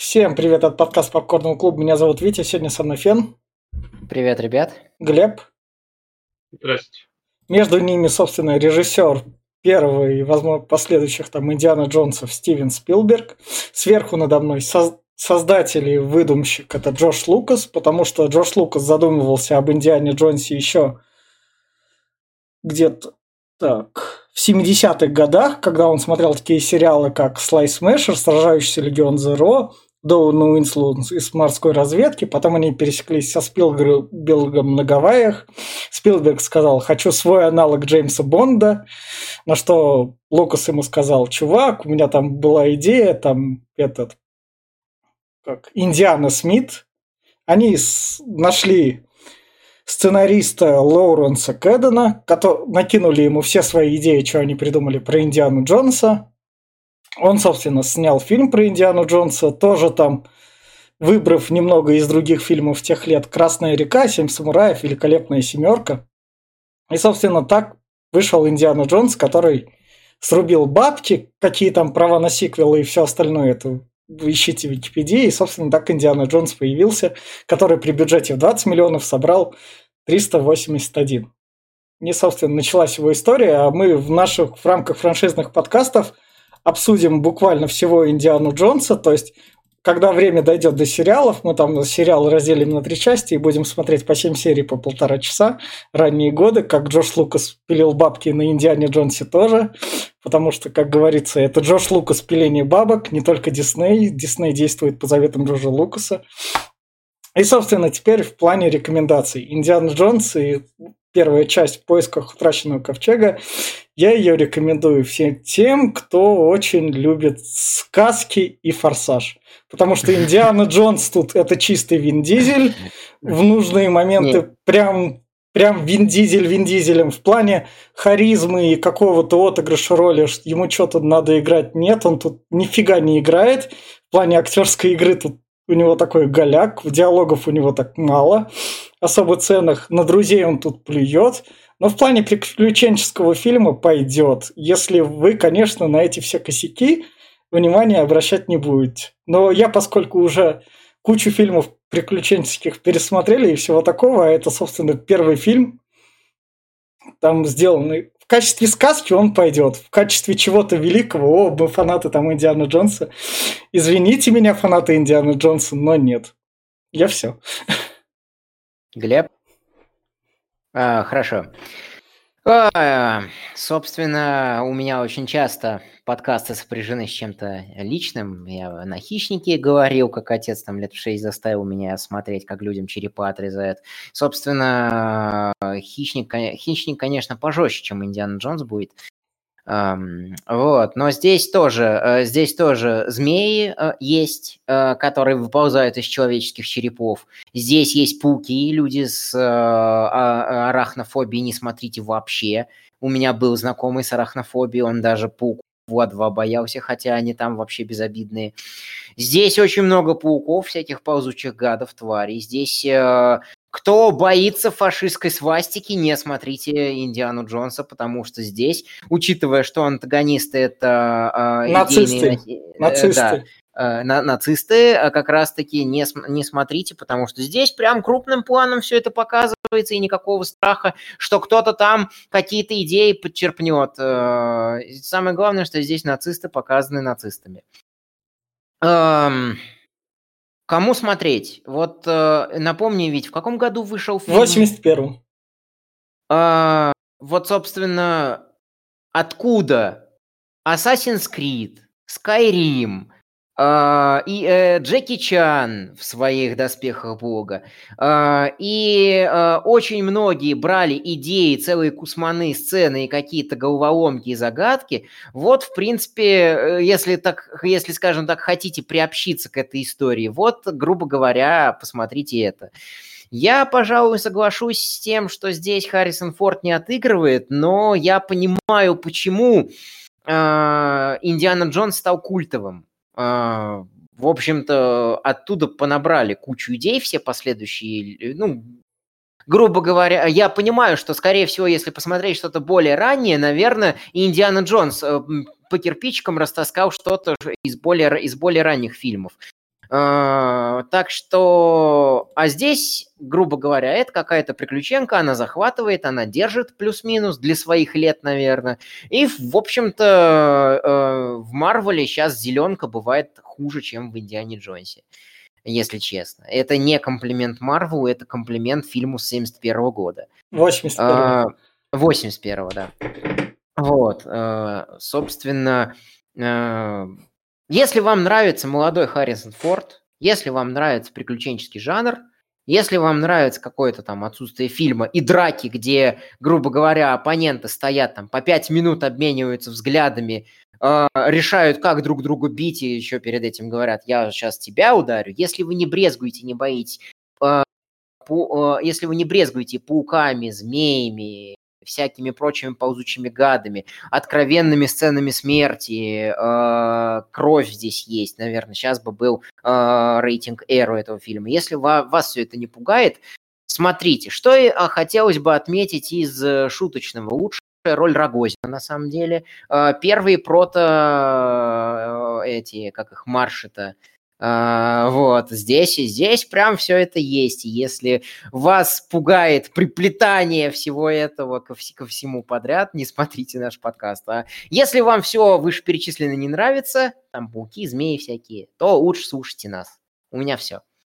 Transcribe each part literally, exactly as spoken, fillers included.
Всем привет от подкаста Попкорного клуба. Меня зовут Витя, сегодня со мной Фен. Привет, ребят. Глеб. Здравствуйте. Между ними, собственно, режиссер первого и, возможно, последующих там Индиана Джонсов Стивен Спилберг. Сверху надо мной соз- создатель и выдумщик это Джордж Лукас, потому что Джордж Лукас задумывался об Индиане Джонсе еще где-то так, в семидесятых годах, когда он смотрел такие сериалы, как «Слай Смешер», «Сражающийся легион Зеро», Доун Уинслоу из морской разведки, потом они пересеклись со Спилбергом на Гавайях. Спилберг сказал: «Хочу свой аналог Джеймса Бонда», на что Лукас ему сказал: «Чувак, у меня там была идея, там этот, как, Индиана Смит». Они с- нашли сценариста Лоуренса Кэддена, который накинули ему все свои идеи, что они придумали про Индиану Джонса. Он, собственно, снял фильм про Индиану Джонса, тоже там, выбрав немного из других фильмов тех лет: «Красная река», «Семь самураев», «Великолепная семерка». И, собственно, так вышел Индиана Джонс, который срубил бабки, какие там права на сиквелы и все остальное, это вы ищите в Википедии. И, собственно, так Индиана Джонс появился, который при бюджете в двадцать миллионов собрал триста восемьдесят один. И, собственно, началась его история, а мы в наших в рамках франшизных подкастов обсудим буквально всего Индиану Джонса, то есть когда время дойдет до сериалов, мы там сериалы разделим на три части и будем смотреть по семь серий по полтора часа, ранние годы, как Джордж Лукас пилил бабки на Индиане Джонсе тоже, потому что, как говорится, это Джордж Лукас пиление бабок, не только Дисней, Дисней действует по заветам Джорджа Лукаса. И, собственно, теперь в плане рекомендаций. Индиана Джонс и первая часть «В поисках утраченного ковчега». Я ее рекомендую всем тем, кто очень любит сказки и «Форсаж». Потому что Индиана Джонс тут это чистый Вин Дизель. В нужные моменты Нет. прям, прям Вин Дизель Вин Дизелем. В плане харизмы и какого-то отыгрыша роли ему что-то надо играть. Нет, он тут нифига не играет. В плане актерской игры тут у него такой голяк, диалогов у него так мало особо ценных. На друзей он тут плюет. Но в плане приключенческого фильма пойдет, если вы, конечно, на эти все косяки внимания обращать не будете. Но я, поскольку уже кучу фильмов приключенческих пересмотрели и всего такого, а это, собственно, первый фильм, там сделанный в качестве сказки, он пойдет. В качестве чего-то великого: о, мы фанаты там Индианы Джонса. Извините меня, фанаты Индианы Джонса, но нет. Я все. Глеб? А, хорошо. А, собственно, у меня очень часто подкасты сопряжены с чем-то личным. Я на «Хищнике» говорил, как отец там лет в шесть заставил меня смотреть, как людям черепа отрезают. Собственно, «Хищник», кон- «Хищник», конечно, пожестче, чем «Индиана Джонс» будет. Ам, вот, но здесь тоже, э, здесь тоже змеи э, есть, э, которые выползают из человеческих черепов. Здесь есть пауки, люди с э, а- арахнофобией не смотрите вообще. У меня был знакомый с арахнофобией, он даже пауков в два боялся, хотя они там вообще безобидные. Здесь очень много пауков, всяких ползучих гадов, тварей. Здесь э, кто боится фашистской свастики, не смотрите Индиану Джонса, потому что здесь, учитывая, что антагонисты это э, идейные... Нацисты. э, Нацисты. да, э, на- нацисты, а как раз-таки не, см- не смотрите, потому что здесь прям крупным планом все это показывается, и никакого страха, что кто-то там какие-то идеи подчерпнет. Э, самое главное, что здесь нацисты показаны нацистами. Эм, Кому смотреть? Вот э, напомни, ведь в каком году вышел В фильм? восемьдесят первом. А, вот, собственно, откуда Assassin's Creed, Skyrim, а, и э, Джеки Чан в своих «Доспехах Бога». А, и а, очень многие брали идеи, целые кусманы, сцены и какие-то головоломки и загадки. Вот, в принципе, э, если, так, если, скажем так, хотите приобщиться к этой истории, вот, грубо говоря, посмотрите это. Я, пожалуй, соглашусь с тем, что здесь Харрисон Форд не отыгрывает, но я понимаю, почему а, Индиана Джонс стал культовым. А, в общем-то, оттуда понабрали кучу идей все последующие, ну, грубо говоря, я понимаю, что, скорее всего, если посмотреть что-то более раннее, наверное, и Индиана Джонс э, м, по кирпичикам растаскал что-то из более, из более ранних фильмов. А, так что, а здесь, грубо говоря, это какая-то приключенка, она захватывает, она держит плюс-минус для своих лет, наверное. И, в общем-то, э, в Марвеле сейчас зеленка бывает хуже, чем в Индиане Джонсе, если честно. Это не комплимент Марвелу, это комплимент фильму с семьдесят первого года. восемьдесят первого. А, восемьдесят первого, да. Вот, э, собственно, э, если вам нравится молодой Харрисон Форд, если вам нравится приключенческий жанр, если вам нравится какое-то там отсутствие фильма и драки, где, грубо говоря, оппоненты стоят там по пять минут, обмениваются взглядами, э, решают, как друг другу бить, и еще перед этим говорят, я сейчас тебя ударю. Если вы не брезгуете, не боитесь, э, по, э, если вы не брезгуете пауками, змеями, всякими прочими ползучими гадами, откровенными сценами смерти, э, кровь здесь есть, наверное, сейчас бы был э, рейтинг R у этого фильма. Если ва- вас все это не пугает, смотрите. Что и, а, хотелось бы отметить из э, шуточного. Лучшая роль Рогозина, на самом деле. Э, первые прото, э, эти, как их, марши-то, а, вот, здесь и здесь прям все это есть. И если вас пугает приплетание всего этого ко, вс- ко всему подряд, не смотрите наш подкаст. А если вам все вышеперечисленное не нравится, там пауки, змеи всякие, то лучше слушайте нас. У меня все.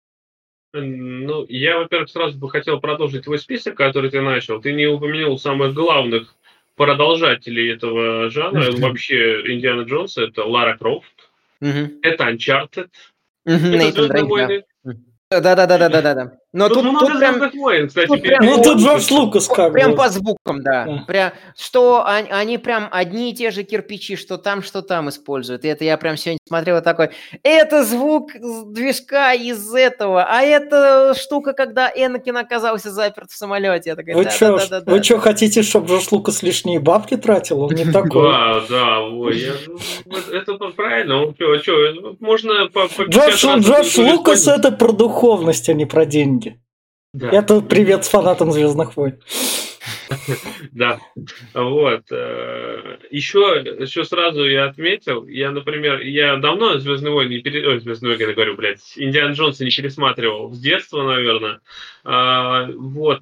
Ну, я, во-первых, сразу бы хотел продолжить твой список, который ты начал. Ты не упомянул самых главных продолжателей этого жанра. Вообще, Индиана Джонс — это Лара Крофт, это Uncharted, это Нейтан «Звездные Дрейк, да. войны. Да-да-да-да-да-да. Но Тут тут, много тут прям... «Звездных войн», кстати. тут прям- Ну, перед- тут Джордж Лукас Вот как прям бы. по звукам, да. Да. Прям, что они, они прям одни и те же кирпичи, что там, что там используют. И это я прям сегодня смотрел такой, это звук с движка из этого, а это штука, когда Энакин оказался заперт в самолете. Я такой, Вы что, да-да-да-да-да. вы что хотите, чтобы Джордж Лукас лишние бабки тратил? Он не такой. Да, да, ой, я- вот это правильно. Он чё, чё, можно по, по пятьдесят Джордж, раз Джордж эту историю Лукас использовать. это про духовность, а не про деньги. Да. Это привет с фанатам Звездных войн. Да, вот. Еще, еще сразу я отметил, я, например, я давно «Звездные войны» не пере... Ой, «Звездные войны», я говорю, блядь, «Индиана Джонса» не пересматривал с детства, наверное. А, вот.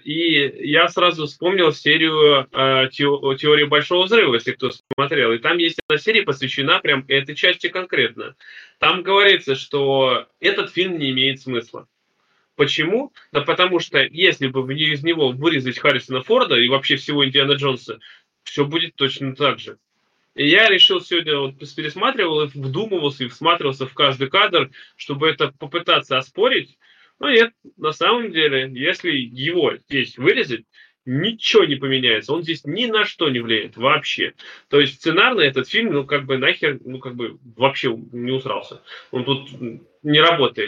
И я сразу вспомнил серию а, тео- «Теории большого взрыва», если кто смотрел. И там есть одна серия, посвящена прям этой части конкретно. Там говорится, что этот фильм не имеет смысла. Почему? Да потому что если бы из него вырезать Харрисона Форда и вообще всего Индиана Джонса, все будет точно так же. И я решил сегодня, вот пересматривал и вдумывался, и всматривался в каждый кадр, чтобы это попытаться оспорить. Но нет, на самом деле, если его здесь вырезать, ничего не поменяется. Он здесь ни на что не влияет вообще. То есть сценарно этот фильм, ну, как бы нахер, ну, как бы вообще не усрался. Он тут не работает.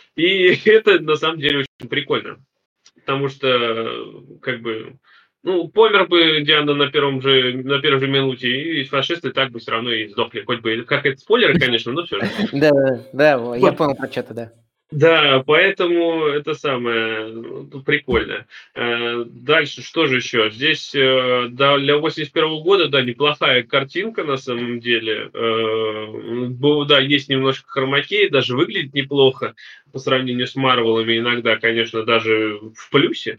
И это на самом деле очень прикольно, потому что как бы, ну, помер бы Диана на первом же на первой же минуте, и фашисты так бы все равно и сдохли, хоть бы, как это спойлеры, конечно, но все же. Да, да, я понял про что-то, да. Да, поэтому это самое ну, прикольно. Э, Дальше, что же еще? Здесь э, да, для восемьдесят первого года, да, неплохая картинка на самом деле. Э, бо- Да, есть немножко хромакей, даже выглядит неплохо по сравнению с Марвелами, иногда, конечно, даже в плюсе.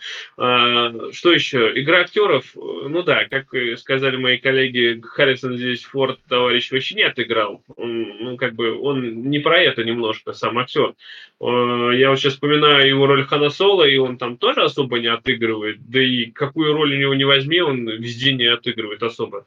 А, Что еще? Игра актеров, э, ну да, как и сказали мои коллеги, Харрисон здесь Форд, товарищ, вообще не отыграл. Он, ну, как бы, он не про это немножко, сам актер. Я вот сейчас вспоминаю его роль Хана Соло, и он там тоже особо не отыгрывает. Да и какую роль у него не возьми, он везде не отыгрывает особо.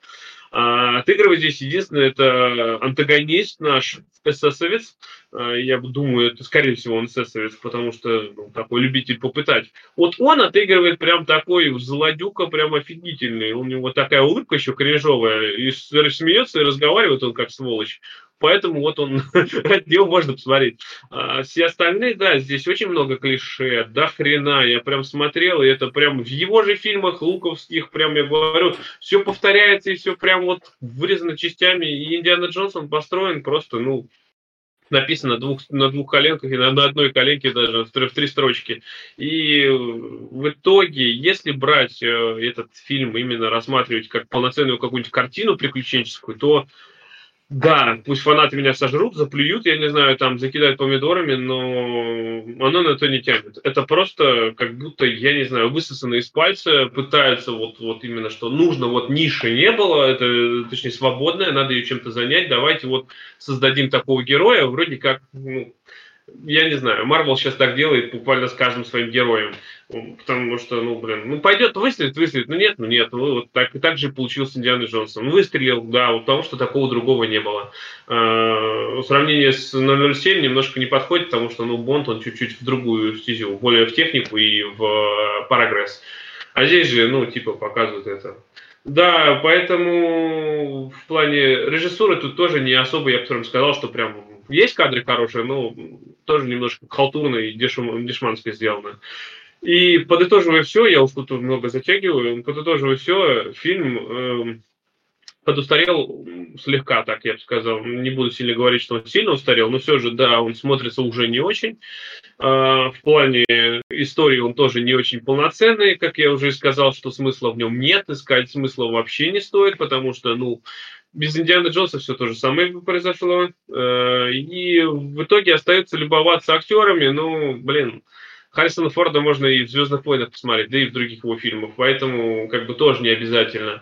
А отыгрывает здесь единственное, это антагонист наш, эсэсовец. Я думаю, это, скорее всего, он эсэсовец, потому что ну, такой любитель попытать. Вот он отыгрывает прям такой злодюка, прям офигительный. У него такая улыбка еще кринжовая, и смеется, и разговаривает он как сволочь. Поэтому вот он, его можно посмотреть. А все остальные, да, здесь очень много клише, до хрена. Я прям смотрел, и это прям в его же фильмах луковских, прям я говорю, все повторяется, и все прям вот вырезано частями. И Индиана Джонс, он построен просто, ну, написано двух, на двух коленках и на, на одной коленке даже в три, в три строчки. И в итоге, если брать э, этот фильм, именно рассматривать как полноценную какую-нибудь картину приключенческую, то Да, пусть фанаты меня сожрут, заплюют, я не знаю, там, закидают помидорами, но оно на то не тянет. Это просто как будто, я не знаю, высосано из пальца, пытаются вот, вот именно, что нужно, вот ниши не было, это, точнее, свободная, надо ее чем-то занять, давайте вот создадим такого героя, вроде как, ну, я не знаю, Марвел сейчас так делает буквально с каждым своим героем. Потому что, ну, блин, ну пойдет, выстрелит, выстрелит, ну нет, ну нет, ну вот так, так же получилось с Индианой Джонсом. Выстрелил, да, вот потому что такого другого не было. А, сравнение с ноль ноль семь немножко не подходит, потому что, ну, Бонд, он чуть-чуть в другую стезю, более в технику и в прогресс. А здесь же, ну, типа, показывают это. Да, поэтому в плане режиссуры тут тоже не особо, я бы сказал, что прям есть кадры хорошие, но тоже немножко халтурно и дешм, дешмански сделано. И подытоживая все, я уж тут много затягиваю, подытоживая все, фильм э, подустарел слегка, так я бы сказал. Не буду сильно говорить, что он сильно устарел, но все же, да, он смотрится уже не очень. Э, в плане истории он тоже не очень полноценный, как я уже сказал, что смысла в нем нет, искать смысла вообще не стоит, потому что, ну, без Индианы Джонса все то же самое произошло. Э, и в итоге остается любоваться актерами, ну, блин, Харрисона Форда можно и в «Звездных войнах» посмотреть, да и в других его фильмах, поэтому как бы тоже не обязательно.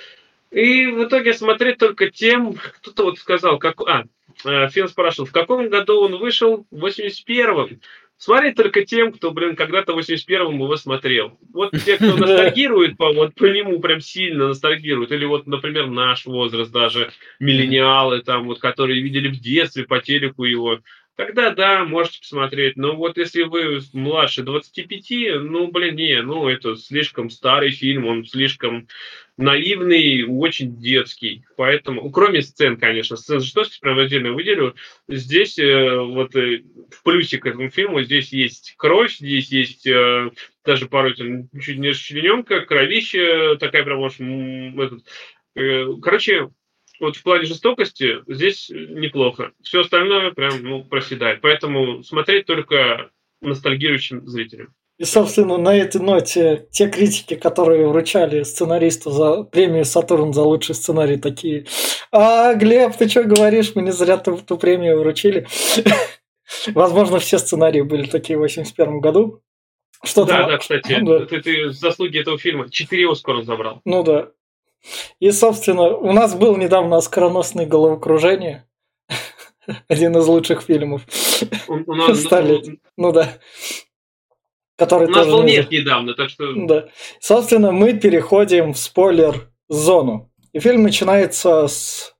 И в итоге смотреть только тем, кто-то вот сказал, как... А, Фин спрашивал, в каком году он вышел? В восемьдесят первом. Смотреть только тем, кто, блин, когда-то в восемьдесят первом его смотрел. Вот те, кто ностальгирует по, вот, по нему, прям сильно ностальгирует. Или вот, например, наш возраст, даже миллениалы, там, вот, которые видели в детстве по телеку его. Тогда, да, можете посмотреть. Но вот если вы младше двадцати пяти, ну, блин, не, ну, это слишком старый фильм, он слишком наивный, очень детский. Поэтому, кроме сцен, конечно, сцен жестокости прям отдельно выделю. Здесь э, вот э, в плюсе к этому фильму здесь есть кровь, здесь есть э, даже порой там, чуть не расчлененка, кровище, такая прям, может, этот, э, короче, вот в плане жестокости здесь неплохо. Все остальное прям, ну, проседает. Поэтому смотреть только ностальгирующим зрителям. И, собственно, на этой ноте те критики, которые вручали сценаристу за премию «Сатурн» за лучший сценарий, такие: «А, Глеб, ты что говоришь? Мы не зря ту, ту премию вручили». Возможно, все сценарии были такие в восемьдесят первом году. Что-то... Да, да, кстати, да. Ты, ты заслуги этого фильма. Четыре Оскара забрал. Ну да. И, собственно, у нас был недавно «Оскароносное головокружение». Один из лучших фильмов. У, у нас, столетия. Ну да. Который у нас тоже был не... нет недавно, так что... Да. Собственно, мы переходим в спойлер-зону. И фильм начинается с...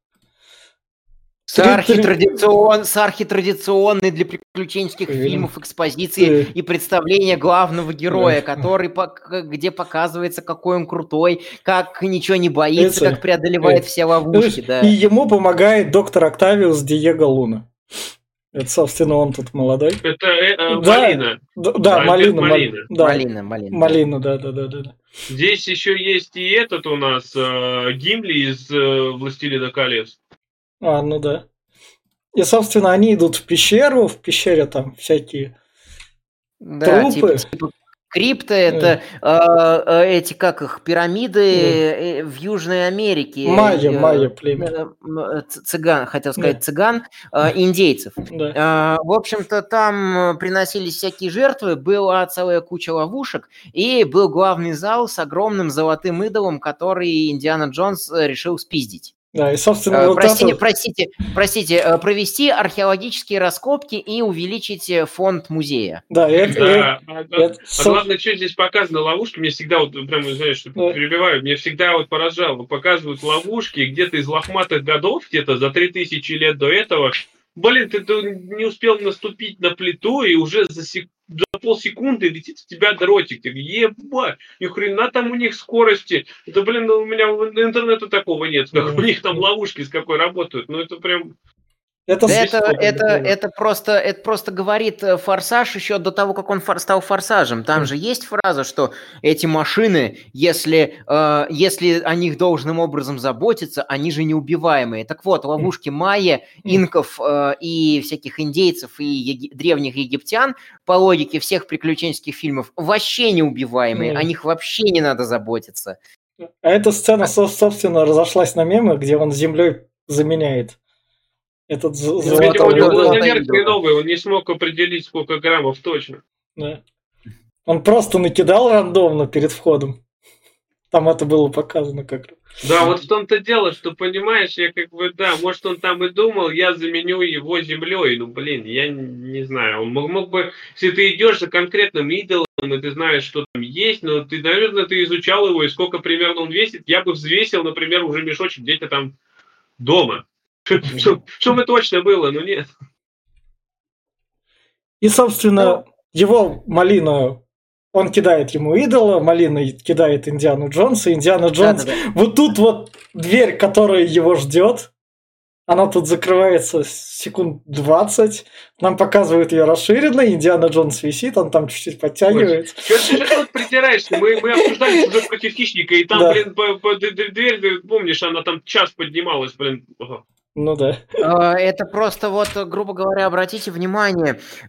С, архитрадицион... с архитрадиционной для приключенческих Фильм. фильмов экспозиции Ты... и представления главного героя, да. который, где показывается, какой он крутой, как ничего не боится, Это... как преодолевает Это... все ловушки. Да. И ему помогает доктор Октавиус Диего Луна. Это, собственно, он тут молодой. Это э, э, да, Малина. Да, да Малина, Малина. Да. Малина, Малина. Малина, да, да, да, да. Здесь еще есть и этот у нас э, Гимли из э, «Властелина колец». А, ну да. И, собственно, они идут в пещеру, в пещере там всякие да, трупы. Типа, типа крипты, это э, э, эти, как их, пирамиды э, в Южной Америке. Майя, э, майя племя. Э, цыган, хотел сказать, да. цыган, э, индейцев. Да. Э, в общем-то, там приносились всякие жертвы, была целая куча ловушек, и был главный зал с огромным золотым идолом, который Индиана Джонс решил спиздить. Да, и, собственно, э, вот простите, это... простите, простите, провести археологические раскопки и увеличить фонд музея. Да, это... Да, это, а, это а главное, что здесь показано, ловушки, мне всегда, вот, прямо, знаешь, что да. перебиваю, мне всегда вот поражало, показывают ловушки где-то из лохматых годов, где-то за три тысячи лет до этого. Блин, ты, ты не успел наступить на плиту, и уже за, сек... за полсекунды летит в тебя дротик. Ты, ебать, ни хрена там у них скорости. Это, блин, у меня интернета такого нет. Как mm-hmm. у них там ловушки с какой работают. Ну, это прям... Это, да это, это, это, просто, это просто говорит «Форсаж» еще до того, как он фор- стал «Форсажем». Там mm. же есть фраза, что эти машины, если, э, если о них должным образом заботиться, они же неубиваемые. Так вот, ловушки майя, инков э, и всяких индейцев и еги- древних египтян, по логике всех приключенческих фильмов, вообще неубиваемые. Mm. О них вообще не надо заботиться. А эта сцена, собственно, разошлась на мемы, где он с землей заменяет Этот з- Ну, золотой видимо, у него был идол. Золотой замер идол. хреновый, он не смог определить, сколько граммов точно. Да. Он просто накидал рандомно перед входом. Там это было показано как раз. Да, вот в том-то дело, что, понимаешь, я как бы, да, может, он там и думал, я заменю его землей. Ну, блин, я не, не знаю. Он мог, мог бы, если ты идешь за конкретным идолом, и ты знаешь, что там есть, но ты, наверное, ты изучал его, и сколько примерно он весит, я бы взвесил, например, уже мешочек где-то там дома. Чтобы точно было, но нет. И, собственно, его Малина, он кидает ему идола, Малина кидает Индиану Джонса, Индиана Джонс. Да-да-да. Вот тут вот дверь, которая его ждет, она тут закрывается секунд двадцать. Нам показывают ее расширенно, Индиана Джонс висит, он там чуть-чуть подтягивается. Что ты же тут придираешься? Мы, мы обсуждали «Чужой против хищника», и там, Да. блин, по, по, д- д- дверь, ты помнишь, она там час поднималась, блин. Ага. Ну да. Э, Это просто вот, э, грубо говоря, обратите внимание, э,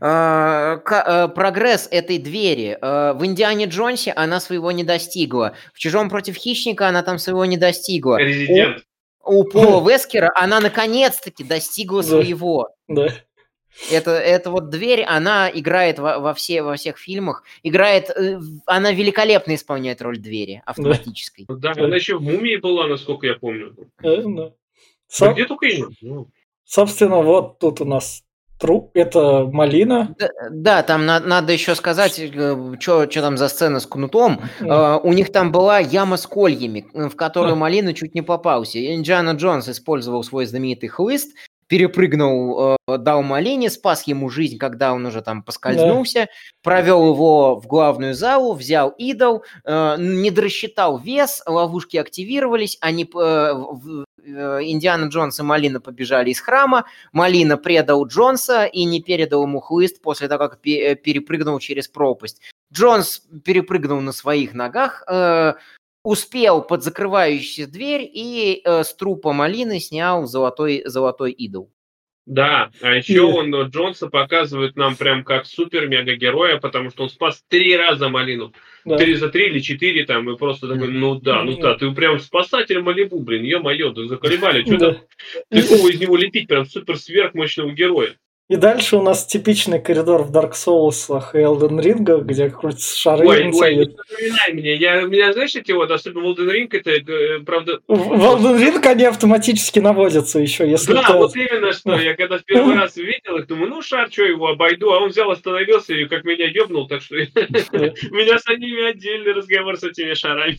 ка- э, прогресс этой двери. Э, В «Индиане Джонсе» она своего не достигла. В «Чужом против хищника» она там своего не достигла. Резидент. У, у Пола Вескера она наконец-таки достигла Да. своего. Да. Это, это вот дверь, она играет во, во, все, во всех фильмах, играет, э, в- она великолепно исполняет роль двери автоматической. Да, она еще в «Мумии» была, насколько я помню. Э, да. Да Со- где только ее? Ну, Собственно, вот тут у нас труп, это Малина. Да, да, там на- надо еще сказать, что там за сцена с кнутом. Да. Э, у них там была яма с кольями, э, в которую Малина чуть не попался. Индиана Джонс использовал свой знаменитый хлыст, перепрыгнул, э, дал Малине, спас ему жизнь, когда он уже там поскользнулся, провел его в главную залу, взял идол, э, не дорассчитал вес, ловушки активировались, они, э, в- э, Индиана Джонс и Малина побежали из храма, Малина предал Джонса и не передал ему хлыст после того, как пе- перепрыгнул через пропасть. Джонс перепрыгнул на своих ногах, э, успел под закрывающуюся дверь и э, с трупа Малины снял золотой, золотой идол. да, а еще И- он, э, Джонса показывает нам прям как супер-мега-героя, потому что он спас три раза Малину. Да. Три за три или четыре там, и просто такой, ну да, ну да, ты прям спасатель Малибу, блин, ё-моё, да заколебали, что Да. там такого из него лепить, прям супер-сверхмощного героя. И дальше у нас типичный коридор в Dark Souls и Elden Ring, где крутятся шары. Ой, он ой, не целит. напоминай мне, я, у меня, знаешь, эти вот, особенно Elden Ring, это, э, правда... В в Elden Ring они автоматически наводятся еще, если Да, ты- вот именно что. Я когда в первый раз увидел их, думаю, ну шар, что его обойду, а он взял, остановился и как меня ёбнул, так что у меня с ними отдельный разговор с этими шарами.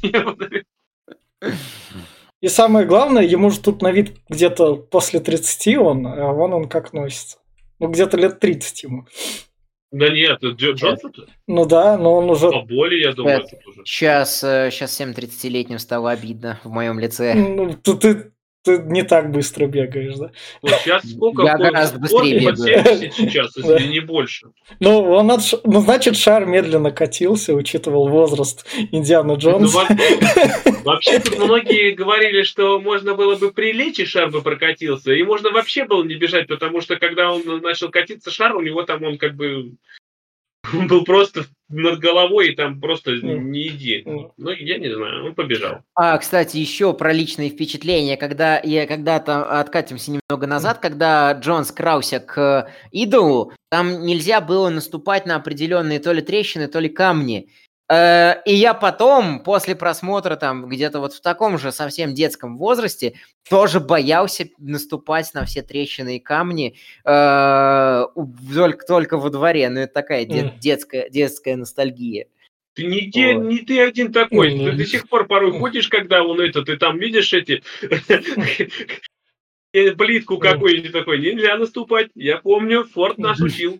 И самое главное, ему же тут на вид где-то после тридцати он, а вон он как носится. Ну, где-то лет тридцать ему. Да нет, Джо- Джонсон-то Ну да, но он уже... поболее, я думаю, Нет. тут уже. Сейчас, э, сейчас всем тридцатилетним стало обидно в моем лице. Ну, ты, ты, ты не так быстро бегаешь, да? Вот сейчас сколько? Я Под- гораздо быстрее под бегаю. семьдесят сейчас, Да. если не больше. Ну, он отш- ну, значит, шар медленно катился, учитывал возраст Индианы Ну, Джонса. во- Вообще тут многие говорили, что можно было бы прилечь, и шар бы прокатился, и можно вообще было не бежать, потому что когда он начал катиться шар, у него там он как бы он был просто над головой, и там просто не иди. Ну, Ну, я не знаю, он побежал. А, кстати, еще про личные впечатления. Когда я когда-то откатимся немного назад, когда Джонс крался к идолу, там нельзя было наступать на определенные то ли трещины, то ли камни. Э, И я потом, после просмотра там где-то вот в таком же совсем детском возрасте, тоже боялся наступать на все трещины и камни э, у- только, только во дворе. Ну, это такая де- Мгм. детская, детская ностальгия. Ты не, те- Вот. не ты один такой. Ну, Ты да. до сих пор порой ходишь, когда он это, ты там видишь эти э, плитку какую-нибудь такой. Нельзя наступать. Я помню, Форд нас учил.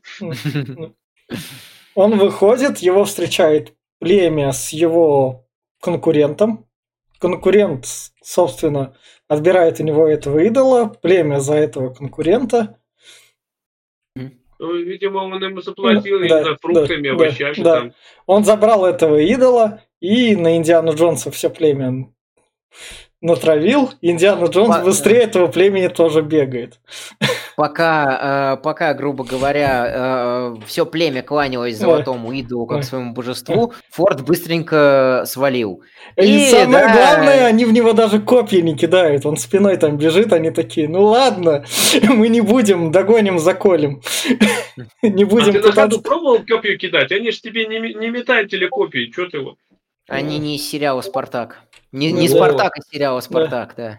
Он выходит, его встречает племя с его конкурентом. Конкурент, собственно, отбирает у него этого идола, племя за этого конкурента. Ну, видимо, он ему заплатил, Да, я не знаю, да, фруктами, да, овощами да. там. Он забрал этого идола и на Индиану Джонса все племя натравил. Индиана Джонс Па- быстрее этого племени тоже бегает. Пока, э, пока, грубо говоря, э, все племя кланялось золотому идолу как Ой. своему божеству, Форд быстренько свалил. И, И, самое да, главное, они в него даже копья не кидают. Он спиной там бежит, они такие, ну ладно, мы не будем, догоним, заколем. Не А будем ты на ходу пытаться... пробовал копию кидать? Они же тебе не, ме- не метают телекопии, что ты вот? они не из сериала «Спартак». Не, Ну не да. «Спартак», а из сериала «Спартак», да.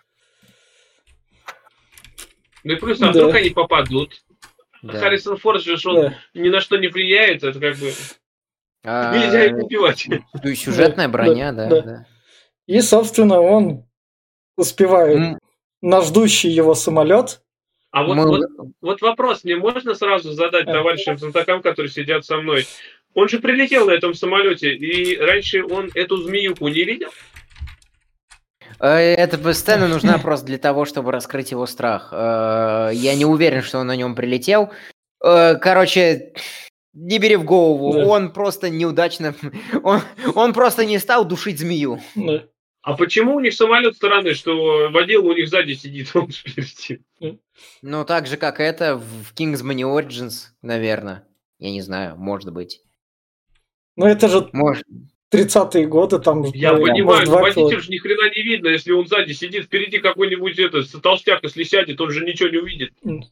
Ну и плюс, а Да. вдруг они попадут? Да. Харрисон Форд же, ж он Да. ни на что не влияет, это как бы... А, Нельзя его убивать. то есть сюжетная Да, броня, да, да, да. да. И, собственно, он успевает М, на ждущий его самолет. А вот, мы- вот, вот вопрос мне можно сразу задать А. товарищам знатокам, которые сидят со мной? Он же прилетел на этом самолете, и раньше он эту змеюку не видел? э, Эта сцена нужна просто для того, чтобы раскрыть его страх. Э, Я не уверен, что он на нем прилетел. Э, Короче, не бери в голову, Да. он просто неудачно... Он, он просто не стал душить змею. Да. А почему у них самолет странный, что водила у них сзади сидит, он впереди? Ну, так же, как это в Kingsman Origins, наверное. Я не знаю, может быть. Ну это же Может. тридцатые годы, там, Я ну, понимаю, может, но два водитель километра. же ни хрена не видно, если он сзади сидит, впереди какой-нибудь этот толстяк, если сядет, он же ничего не увидит.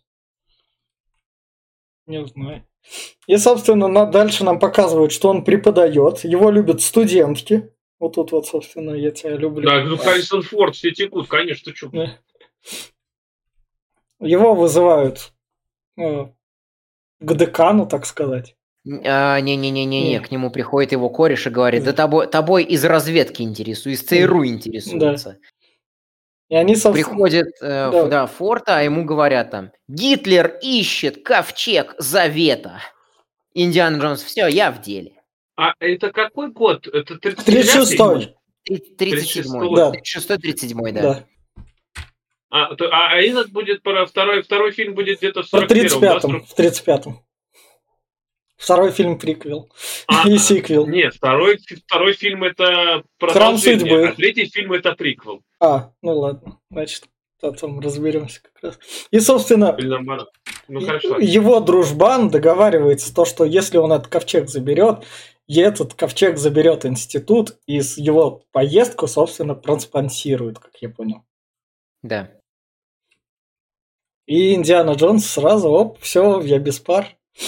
Не знаю. И, собственно, на- дальше нам показывают, что он преподает. Его любят студентки. Вот тут вот, собственно, я тебя люблю. Да, ну Харрисон Форд, все текут, конечно, что. Да. Его вызывают э, к декану, так сказать. А, Не-не-не-не-не, Не. к нему приходит его кореш и говорит, да Да. тобой, тобой из разведки интересует, из ЦРУ интересуется. И они, собственно... Приходит э, Да. ф- да, Форд, а ему говорят там, Гитлер ищет ковчег завета. Индиана Джонс, все, я в деле. А это какой год? Это тридцать тридцать шестой. тридцать седьмой. Да. тридцать шестой тридцать седьмой, да. Да. А, то- а этот будет про второй, второй фильм будет где-то в В сорок тридцать первом, да? пятом. сорок- В тридцать пятом. Второй фильм приквел. А, И сиквел. Нет, второй, второй фильм это Храм продолжение, судьбы. а третий фильм это приквел. А, ну ладно. Значит, потом разберемся как раз. И, собственно, Или наоборот. Ну и- хорошо. его дружбан договаривается, то, что если он этот ковчег заберет, и этот ковчег заберет институт, и с его поездку, собственно, проспонсирует, как я понял. Да. И Индиана Джонс сразу, оп, все, я без пар.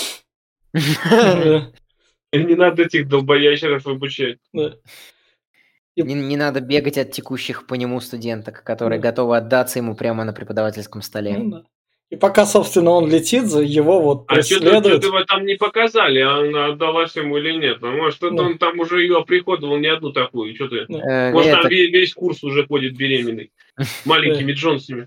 Да, И не надо этих долбоящеров обучать. да. Не, не надо бегать от текущих по нему студенток, которые Да. готовы отдаться ему прямо на преподавательском столе. Ну да. И пока, собственно, он летит, за его вот А что-то преследуют. его там не показали, а она отдалась ему или нет. А может, это Да. он там уже ее оприходовал не одну такую. Что ты? Э, Может, там это- ве- весь курс уже ходит беременный. Маленькими Джонсами.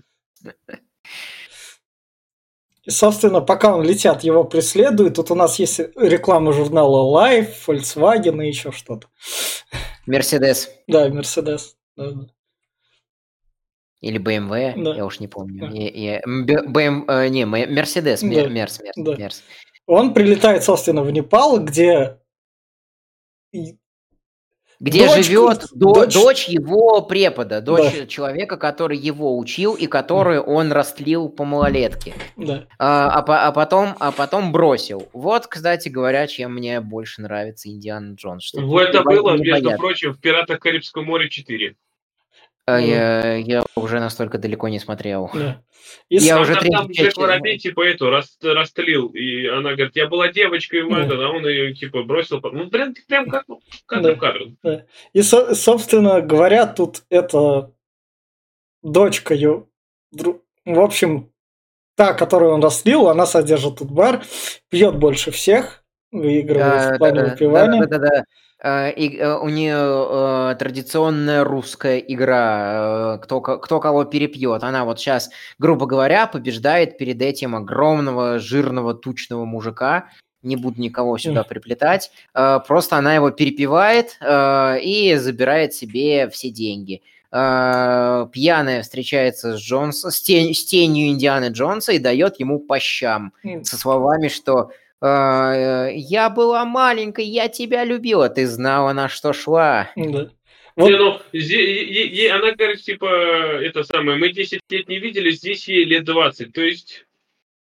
И, собственно, пока он летят, его преследуют. Тут у нас есть реклама журнала Life, Volkswagen и еще что-то. Мерседес Да, Мерседес. Да, да. или бэ эм вэ, Да. я уж не помню. Да. Я- я- м, Б- БМ, э, не, М- Мерседес, Ме- Да. Мерс, Мерс, Да. Мерс. Он прилетает, собственно, в Непал, где... и- Где Дочку- живет до- дочь- дочь его препода, дочь Да. человека, который его учил и которую он растлил по малолетке. Да. А, а по- а потом, а потом бросил. Вот, кстати говоря, чем мне больше нравится Индиана Джонс. Что Вот тут это не бо- было, не между боятся. прочим, в «Пиратах Карибского моря четыре». А, я, я уже настолько далеко не смотрел. Да. И Я Там, уже там, третью там часть- Джек Воробей, типа, эту, рас- растлил. И она говорит, я была девочкой, Да. мать, а он ее, типа, бросил. Ну, прям, прям как кадр Да. в кадр. И, со- собственно говоря, тут это дочка ее, дру- в общем, та, которую он растлил, она содержит тут бар, пьет больше всех, выигрывает в плане выпивания. Да-да-да. А, и, э, у нее э, традиционная русская игра, э, кто, ко- кто кого перепьет. Она вот сейчас, грубо говоря, побеждает перед этим огромного, жирного, тучного мужика. Не буду никого сюда приплетать. Э, Просто она его перепевает э, и забирает себе все деньги. Э, Пьяная встречается с, Джонс, с, тень- с тенью Индианы Джонса и дает ему по щам М, со словами, что э, «Я была маленькой, я тебя любила, ты знала, на что шла». Да. Вот, Не, ну, зе- е- е- она говорит, типа, это самое, мы десять лет не видели, здесь ей лет двадцать. То есть,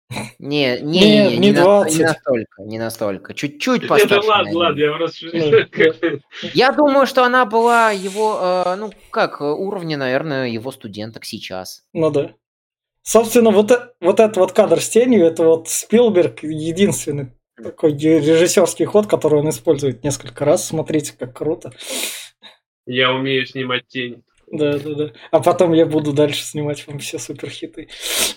Не, не, Не, не, не не, на- не двадцать. настолько, не настолько. Чуть-чуть Это постарше, ладно, ладно, наверное. я просто... Ну, да. Я думаю, что она была его, э, ну, как, э, уровня, наверное, его студенток сейчас. Ну да. Собственно, вот, э- вот этот вот кадр с тенью, это вот Спилберг единственный такой ге- режиссерский ход, который он использует несколько раз. Смотрите, как круто. Я умею снимать тень. Да, да, да. А потом я буду дальше снимать вам все суперхиты.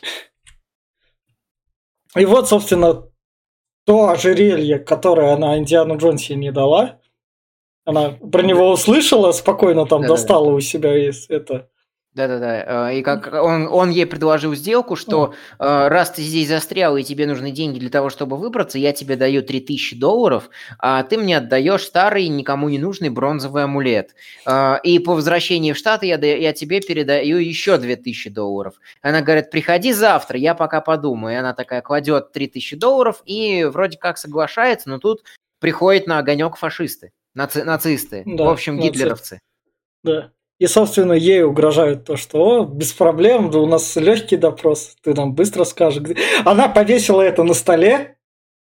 И вот, собственно, то ожерелье, которое она Индиану Джонсе не дала. Она про него услышала, спокойно там Да-да-да. достала у себя из это. Да-да-да. э, И как он, он ей предложил сделку, что э, раз ты здесь застрял и тебе нужны деньги для того, чтобы выбраться, я тебе даю три тысячи долларов, а ты мне отдаешь старый, никому не нужный бронзовый амулет. Э, И по возвращении в Штаты я, да- я тебе передаю еще две тысячи долларов. Она говорит, приходи завтра, я пока подумаю. И она такая кладет три тысячи долларов и вроде как соглашается, но тут приходят на огонек фашисты, наци- нацисты, Да, в общем, нацисты. гитлеровцы. Да. И, собственно, ей угрожают то, что о, без проблем, да у нас легкий допрос, ты нам быстро скажешь. Где... Она повесила это на столе.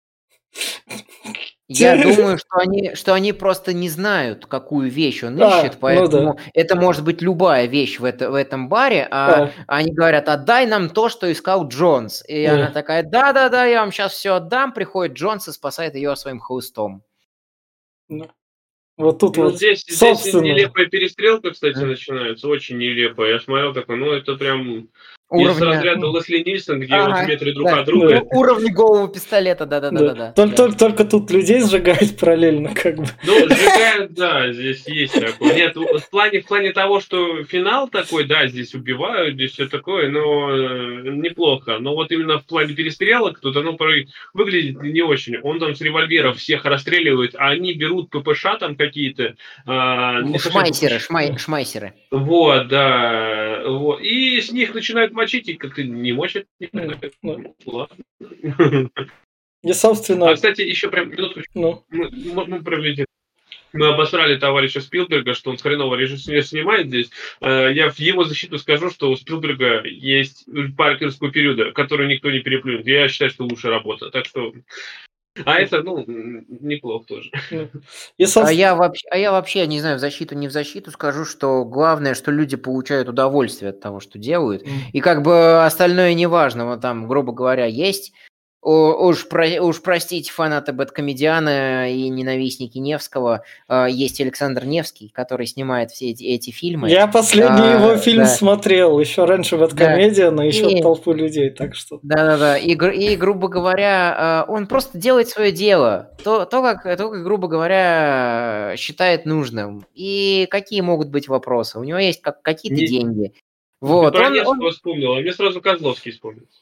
Я думаю, что они, что они просто не знают, какую вещь он А, ищет, ну поэтому да. это может быть любая вещь в, это, в этом баре, а А, они говорят, отдай нам то, что искал Джонс. И Да. она такая, да-да-да, я вам сейчас все отдам. Приходит Джонс и спасает ее своим хлыстом. ну. Вот тут Ну, вот, здесь, здесь собственно, нелепая перестрелка, кстати, Мгм. начинается. Очень нелепая. Я смотрел такой, ну, это прям из Уровня... разряда Лесли Нильсон, где вот в Ага, метре друг да. от друга. У- Уровни голого пистолета, да. да-да-да-да. Только, только, только тут людей сжигают параллельно, как бы. Ну, сжигают, да, здесь есть такое. Нет, в в плане, в плане того, что финал такой, да, здесь убивают, здесь все такое, но э, неплохо. Но вот именно в плане перестрелок тут оно порой выглядит не очень. Он там с револьверов всех расстреливает, а они берут ППШ там какие-то. а, не совсем Шмайсеры, ППШ. шмай, шмайсеры. Вот, да. Вот. И с них начинают мочить, и как-то не мочат. Ну, ну. Ладно. И, собственно, А, кстати, еще прям минутку. ну, Мы, мы, мы провели- мы обосрали товарища Спилберга, что он хреново режиссер снимает здесь. Э, Я в его защиту скажу, что у Спилберга есть паркерского периода, который никто не переплюнет. Я считаю, что лучшая работа. Так что... А это, ну, м, неплохо тоже. ну. И, А собственно, я, вообще, а я вообще, не знаю, в защиту, не в защиту скажу, что главное, что люди получают удовольствие от того, что делают. м, И как бы остальное не важно. Вот там, грубо говоря, есть... О- Уж, про- уж простите, фанаты Бэткомедиана и ненавистники Невского, э, есть Александр Невский, который снимает все эти, эти фильмы. я последний А, его фильм да. смотрел, еще раньше Бэткомедия, но еще И- толпу людей, так что... Да-да-да, и, гру- и, грубо говоря, э, он просто делает свое дело, то, то, как, то, как, грубо говоря, считает нужным. И какие могут быть вопросы? У него есть как, какие-то Не- деньги. Ты Вот, про он, он, Невского вспомнил, а мне сразу Козловский вспомнился.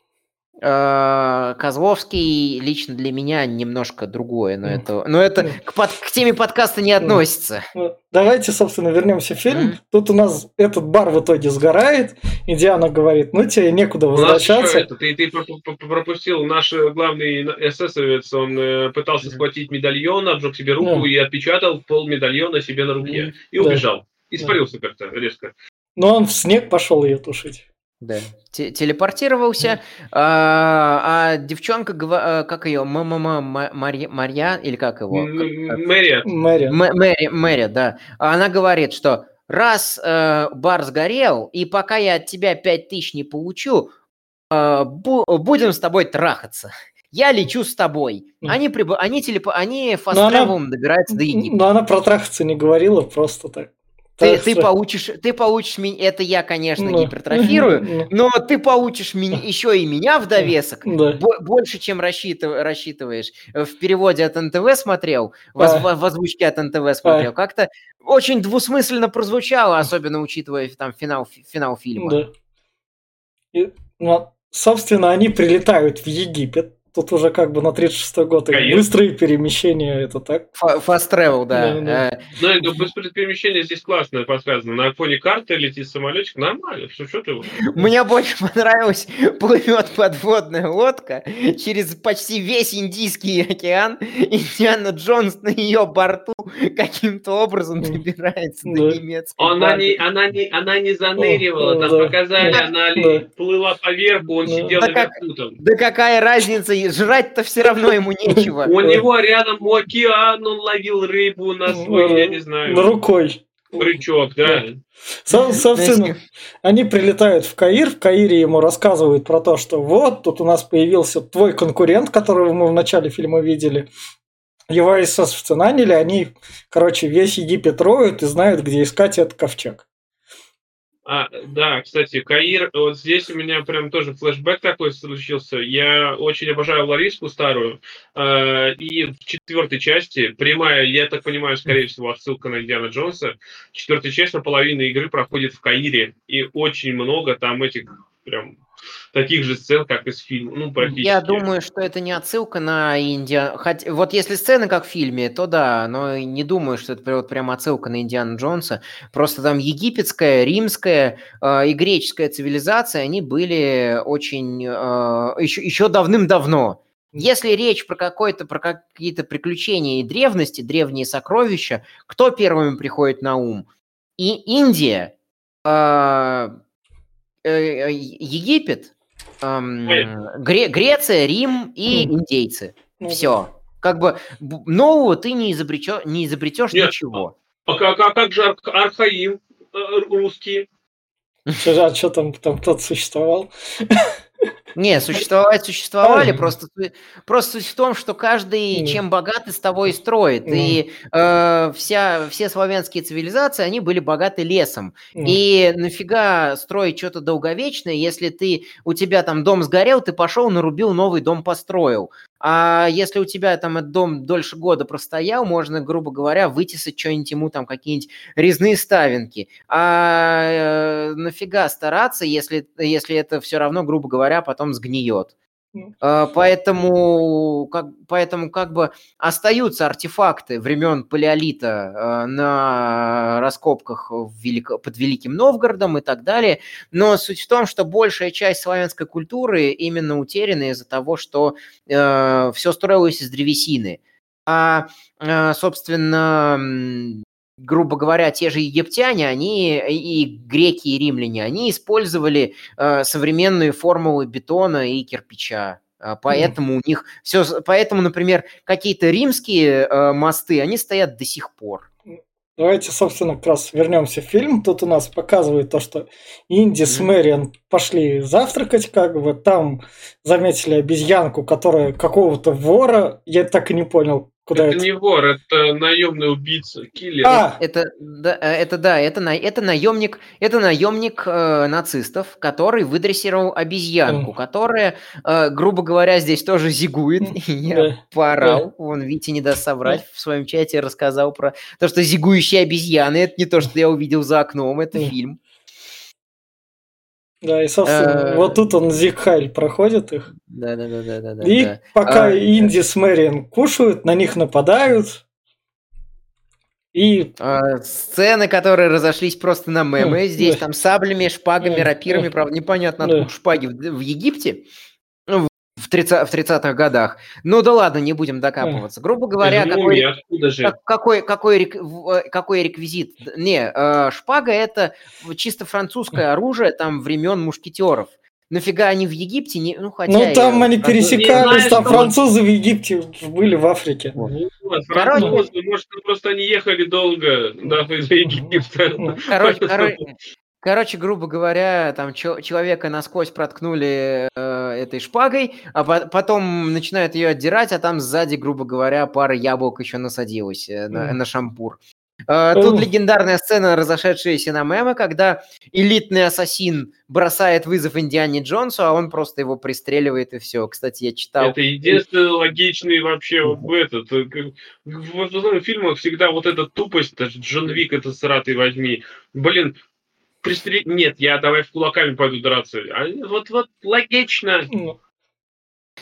э, Козловский лично для меня немножко другое, но Мгм. это, но это Мгм. к, под- к теме подкаста не Мгм. относится. Ну, давайте, собственно, вернемся в фильм. Мгм. Тут у нас этот бар в итоге сгорает. Индиана говорит, ну тебе некуда У нас еще возвращаться. это, ты, ты пропу- пропу- пропустил, наш э, главный эсэсовец, он э, пытался Мгм. схватить медальон, обжег себе руку Ну. и отпечатал пол медальона себе на руке. Мгм. И Да. убежал. Испарился как-то резко. Но он в снег пошел ее тушить. Да. Те- Телепортировался, а, а девчонка, гва- а, как ее, Марья, Марья, или как его? Как- как? М- Мэриат. Мэри. Мэ- Мэри, Мэри, да. А она говорит, что раз э, бар сгорел, и пока я от тебя пять тысяч не получу, э, бу- будем с тобой трахаться. Я лечу с тобой. Мгм. Они, прибы- они, телеп... они Но она- фаст-тревелом добираются до Египта. Но она про трахаться не говорила, просто так. Ты, Так ты что- получишь, ты получишь меня, это я, конечно, Ну. гипертрофирую, Ну. но ты получишь меня, еще и меня в довесок, Да. бо- больше, чем рассчитыв- рассчитываешь. Э, В переводе от эн тэ вэ смотрел, воз- А. в озвучке от эн тэ вэ смотрел, как-то очень двусмысленно прозвучало, особенно учитывая там финал, фи- финал фильма. Да. И, ну, собственно, они прилетают в Египет. тут уже как бы на тридцать шестой год и Конечно. быстрые перемещения, это так. Fast travel, да. Да, да. Э, Ну, это быстрое перемещение здесь классно подсказано. На фоне карты летит самолетик, нормально. Что, что ты? Мне больше понравилось, плывет подводная лодка через почти весь Индийский океан. Индиана Джонс на ее борту каким-то образом М. добирается Да. до немецкой Она базы. не, она не, она не заныривала, О, там да, показали, да, она да. ли- плыла поверху, он Да. сидел Да как- наверху там. Да какая разница, и жрать-то все равно ему нечего. У Да. него рядом океан, он ловил рыбу на свой, я не знаю, Рукой. крючок, да. Со- Собственно, они прилетают в Каир, в Каире ему рассказывают про то, что вот, тут у нас появился твой конкурент, которого мы в начале фильма видели. Его, естественно, наняли, они, короче, весь Египет роют и знают, где искать этот ковчег. А, да, кстати, Каир, вот здесь у меня прям тоже флешбэк такой случился. Я очень обожаю Лариску старую. Э, И в четвертой части, прямая, я так понимаю, скорее всего, отсылка на Индиана Джонса, четвертая часть наполовину игры проходит в Каире. И очень много там этих прям таких же сцен, как из фильма. Ну, практически. Я думаю, что это не отсылка на Индиан... Хотя, вот если сцены как в фильме, то да, но не думаю, что это вот прям отсылка на Индиану Джонса. Просто там египетская, римская э, и греческая цивилизация, они были очень... Э, еще, еще давным-давно. Если речь про, какой-то, про какие-то приключения и древности, древние сокровища, кто первыми приходит на ум? И Индия, э, э, Египет, эм, Гре- Греция, Рим и Мгм. индейцы. Ну, Все. Как бы б- нового ты не, изобречё- не изобретешь Нет. ничего. А как, а как же Ар- Архаим э, русские? Чё- А что там, там кто-то существовал? Не, существовать существовали, А. просто, су- просто суть в том, что каждый, Да. чем богат, из того и строит. Ну. И э, вся, все славянские цивилизации, они были богаты лесом. Ну. И нафига строить что-то долговечное, если ты, у тебя там дом сгорел, ты пошел, нарубил, новый дом построил. А если у тебя там этот дом дольше года простоял, можно, грубо говоря, вытесать что-нибудь ему, там какие-нибудь резные ставинки. А э, нафига стараться, если, если это все равно, грубо говоря, потом сгниет. Ну. Э, Поэтому как, поэтому как бы остаются артефакты времен Палеолита э, на раскопках в Велико- под Великим Новгородом и так далее. Но суть в том, что большая часть славянской культуры именно утеряна из-за того, что э, все строилось из древесины. А, э, собственно, м, грубо говоря, те же египтяне, они и греки, и римляне, они использовали э, современные формулы бетона и кирпича. А, Поэтому у них все, поэтому, например, какие-то римские э, мосты, они стоят до сих пор. Давайте, собственно, как раз вернемся в фильм. Тут у нас показывают то, что Инди с Мгм. Мэриан пошли завтракать, как бы там заметили обезьянку, которая какого-то вора, я так и не понял, куда Это это. не вор, это наемный убийца, киллер. А, Это, да, э, это да, это, на, это наемник, это наемник э, нацистов, который выдрессировал обезьянку, М. которая, э, грубо говоря, здесь тоже зигует. М, И я да, поорал, вон Витя не даст соврать, в своем чате рассказал про то, что зигующие обезьяны, это не то, что я увидел за окном, это М. фильм. да, и, собственно, Э, вот тут он Зигхайль проходит их. Да-да-да-да-да. И пока А, Инди с Мэриан кушают, на них нападают. И а, Сцены, которые разошлись просто на мемы. М, Здесь да. там саблями, шпагами, М, рапирами, м, правда, непонятно, да. откуда шпаги в, в Египте. Ну, в тридцатых, в тридцатых годах. Ну да ладно, не будем докапываться. Грубо говоря, Из какой, мумии, откуда же? как- какой, какой, рек- в- э, какой реквизит? Д- Не, э, шпага это чисто французское оружие там времен мушкетеров. Нафига они в Египте? Не, ну, хотя Ну, там и они французы- пересекались, знаешь, там что- французы в Египте были в Африке. Вот. Вот, Короче- французы, может, просто они ехали долго да, из Египта. Ну, Короче, короче, короче, грубо говоря, там чё- человека насквозь проткнули э, этой шпагой, а по- потом начинают ее отдирать, а там сзади, грубо говоря, пара яблок еще насадилась э, на, Мгм. на шампур. Э, тут Ух. легендарная сцена, разошедшаяся на мемы, когда элитный ассасин бросает вызов Индиане Джонсу, а он просто его пристреливает и все. Кстати, я читал... Это единственный логичный вообще в этот. э, как- В основных фильмах всегда вот эта тупость, даже Джон Вик, это сратый возьми. Блин, пристрелить... Нет, я давай в кулаками пойду драться. А вот, вот логично. Ну,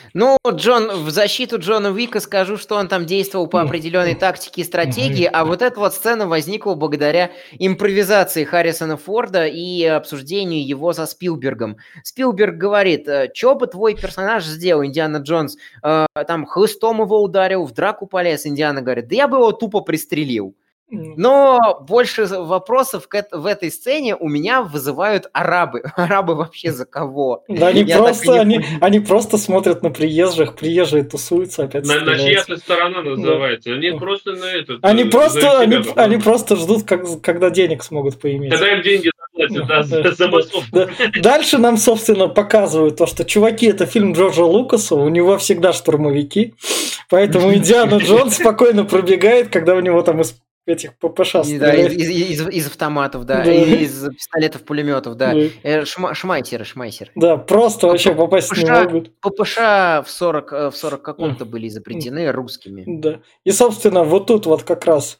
Ну, Джон, в защиту Джона Уика скажу, что он там действовал по определенной тактике и стратегии, а вот эта вот сцена возникла благодаря импровизации Харрисона Форда и обсуждению его со Спилбергом. Спилберг говорит, что бы твой персонаж сделал, Индиана Джонс, э, там хлыстом его ударил, в драку полез, Индиана говорит, да я бы его тупо пристрелил. Но больше вопросов в этой сцене у меня вызывают арабы. Арабы вообще за кого? Да, они просто, они, они просто смотрят на приезжих, приезжие тусуются опять. На, на чья-то сторона называется. Да. Они просто на этот. Они просто, они, они просто ждут, как, когда денег смогут поиметь. Когда им деньги заплатят, да, за, за массовку. Да. Дальше нам, собственно, показывают то, что, чуваки, это фильм Джорджа Лукаса, у него всегда штурмовики, поэтому Индиана Джонс спокойно пробегает, когда у него там из этих ППШ да, из, из, из, из автоматов, да, да. из пистолетов, пулеметов, да. да. Шма, шмайсеры, шмайсеры. Да, просто вообще попасть ППШ, не могут. ППШ в сорок, в сорок каком-то были изобретены русскими. Да. И, собственно, вот тут вот как раз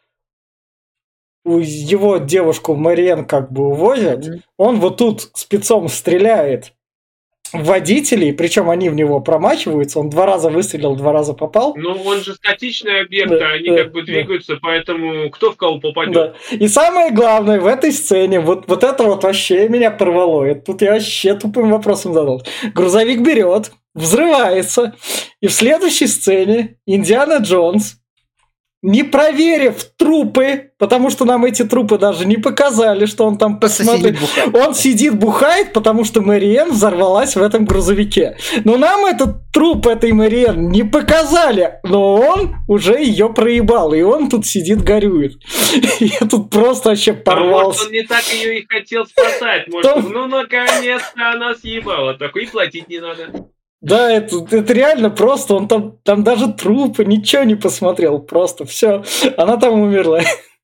его девушку Мариен как бы увозят, mm-hmm. он вот тут спецом стреляет водителей, причем они в него промачиваются, он два раза выстрелил, два раза попал. Ну, он же статичный объект, да, они да, как бы двигаются, да. Поэтому кто в кого попадет. Да. И самое главное, в этой сцене, вот, вот это вот вообще меня порвало, это тут я вообще тупым вопросом задал. Грузовик берет, взрывается, и в следующей сцене Индиана Джонс, не проверив трупы, потому что нам эти трупы даже не показали, что он там посмотрит. Он сидит, бухает, потому что Мариен взорвалась в этом грузовике. Но нам этот труп этой Мариен не показали, но он уже ее проебал, и он тут сидит, горюет. Я тут просто вообще порвался. А может, он не так ее и хотел спасать. Может, Том... ну, наконец-то она съебала. Такой и платить не надо. Да, это, это реально просто, он там, там даже трупы, ничего не посмотрел, просто все, она там умерла.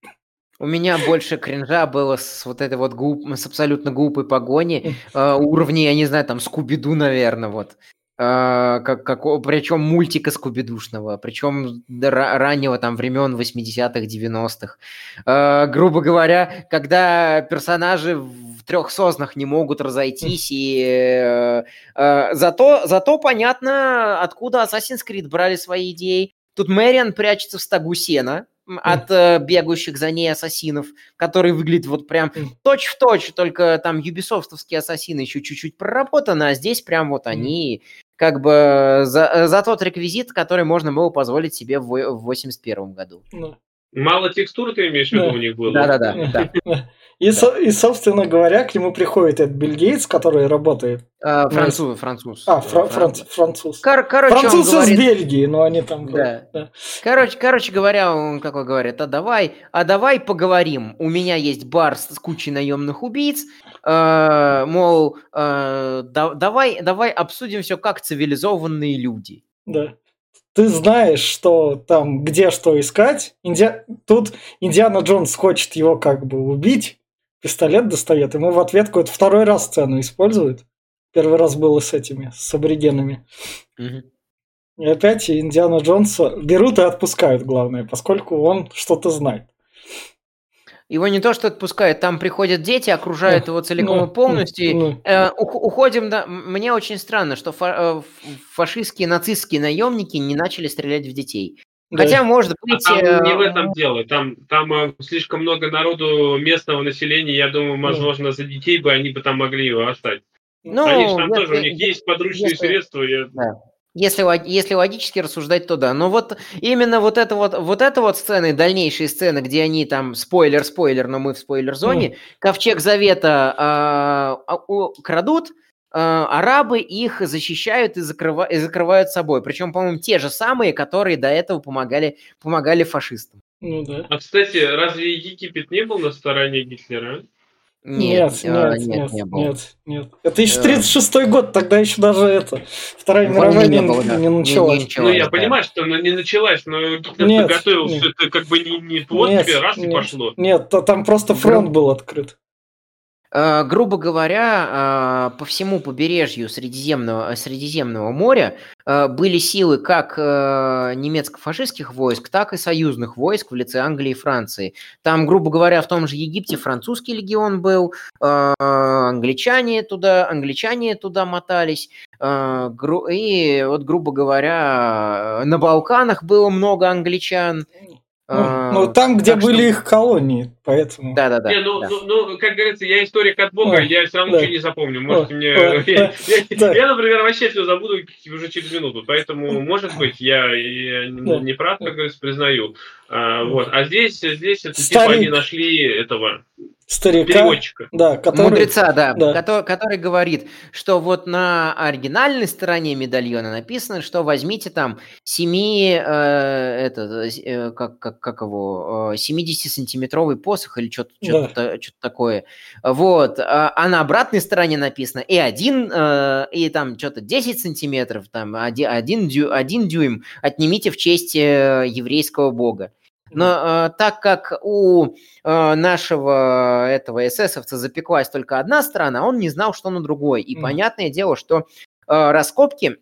У меня больше кринжа было с вот этой вот глуп, с абсолютно глупой погони, э, уровней, я не знаю, там, Скуби-Ду, наверное, вот. Э, как, как, причем мультика скубидушного, причем раннего там времен восьмидесятых, девяностых. Э, грубо говоря, когда персонажи в трех соснах не могут разойтись, и э, э, зато, зато понятно, откуда Assassin's Creed брали свои идеи. Тут Мэриан прячется в стогу сена от э, бегающих за ней ассасинов, который выглядит вот прям точь-в-точь, только там юбисофтовские ассасины еще чуть-чуть проработаны, а здесь прям вот они как бы за, за тот реквизит, который можно было позволить себе в восемьдесят первом году. Мало текстур, ты имеешь в виду, да. у них было? Да-да-да. И, да. со, и, собственно говоря, к нему приходит этот Билл Гейтс, который работает. А, француз, француз. А, фра- француз. француз. Кор- короче, француз из говорит... Бельгии, но они там... Да. Да. Короче, короче говоря, он какой говорит, а давай, а давай поговорим. У меня есть бар с кучей наемных убийц, э, мол, э, да, давай, давай обсудим все как цивилизованные люди. Да. Ты знаешь, что там, где что искать. Инди... Тут Индиана Джонс хочет его как бы убить, пистолет достает, ему в ответку это второй раз сцену использует. Первый раз было с этими, с аборигенами. Угу. И опять Индиана Джонса берут и отпускают, главное, поскольку он что-то знает. Его не то что отпускают, там приходят дети, окружают его целиком ну, и полностью. Ну, э, уходим, да. Мне очень странно, что фа- фашистские, нацистские наемники не начали стрелять в детей. Да. Хотя, может быть... А там не в этом дело. Там, там слишком много народу местного населения, я думаю, возможно, ну, за детей бы они бы там могли его оставить. Ну, они же там если, тоже, у них если, есть подручные если, средства. Я... Да. Если, если логически рассуждать, то да. Но вот именно вот эта вот, вот эта вот сцена и дальнейшие сцены, где они там, спойлер-спойлер, но мы в спойлер-зоне, mm. Ковчег Завета э, э, крадут, э, арабы их защищают и, закрыва, и закрывают собой. Причем, по-моему, те же самые, которые до этого помогали, помогали фашистам. Ну, да. А, кстати, разве Египет не был на стороне Гитлера? Нет, нет, нет, нет, нет, не нет, нет. Это еще тридцать шестой год, тогда еще даже это Вторая ну, мировая не, не, было, да. не началась. Не, не началась. Ну, я да. понимаю, что она не началась, но Гитлер готовился, это как бы не, не вот нет, тебе раз нет, и пошло. Нет, там просто фронт был открыт. Э, грубо говоря, э, по всему побережью Средиземного, Средиземного моря э, были силы как э, немецко-фашистских войск, так и союзных войск в лице Англии и Франции. Там, грубо говоря, в том же Египте французский легион был, э, англичане туда, англичане туда мотались. Э, гру- и вот, грубо говоря, на Балканах было много англичан. Ну, ну, Э, там, где так были что- их колонии, поэтому... Да-да-да. Не, ну, да. ну, ну, как говорится, я историк от Бога, Ой, я все равно да. ничего не запомню. Можете Ой, мне... ой, Я, ой, я- да. я, например, вообще все забуду уже через минуту. Поэтому, может быть, я, я Да. не прав, как говорится, признаю. А, Да. вот. А здесь, здесь это, типа, Старик. они нашли этого Старика, переводчика. да, который... Мудреца, да, да. Который, который говорит, что вот на оригинальной стороне медальона написано, что возьмите там семи, э, это, э, как, как, как его, э, семидесятисантиметровый посох или что-то, что-то, Да. что-то такое. Вот. А, а на обратной стороне написано и один, э, и там что-то десять сантиметров, там один, один, дю, один дюйм отнимите в честь э, еврейского бога. Но э, так как у э, нашего этого эсэсовца запеклась только одна сторона, он не знал, что на другой. И Мгм. понятное дело, что э, раскопки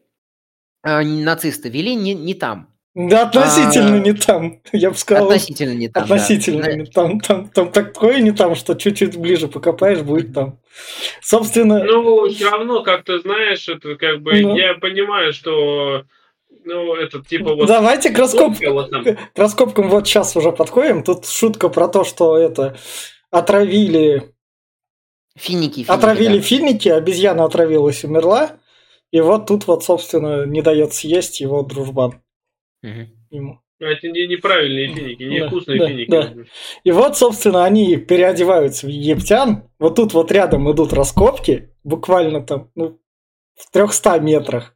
э, нацисты вели не, не там. Да, относительно А, не там, я бы сказал. Относительно не там, да. Относительно На- не там, там, там такое не там, что чуть-чуть ближе покопаешь, будет там. Собственно, Ну, все равно, как ты знаешь, это как бы, Ну. я понимаю, что, ну, это типа вот... давайте к, раскоп- тонкое вот там. к раскопкам вот сейчас уже подходим. Тут шутка про то, что это отравили, Финики, финики, отравили да. финики, обезьяна отравилась, умерла. И вот тут вот, собственно, не дает съесть его дружбан Мгм. ему. Это не, неправильные финики, Да, невкусные да, финики. да. И вот, собственно, они переодеваются в египтян. Вот тут вот рядом идут раскопки, буквально там, ну, в трехстах метрах.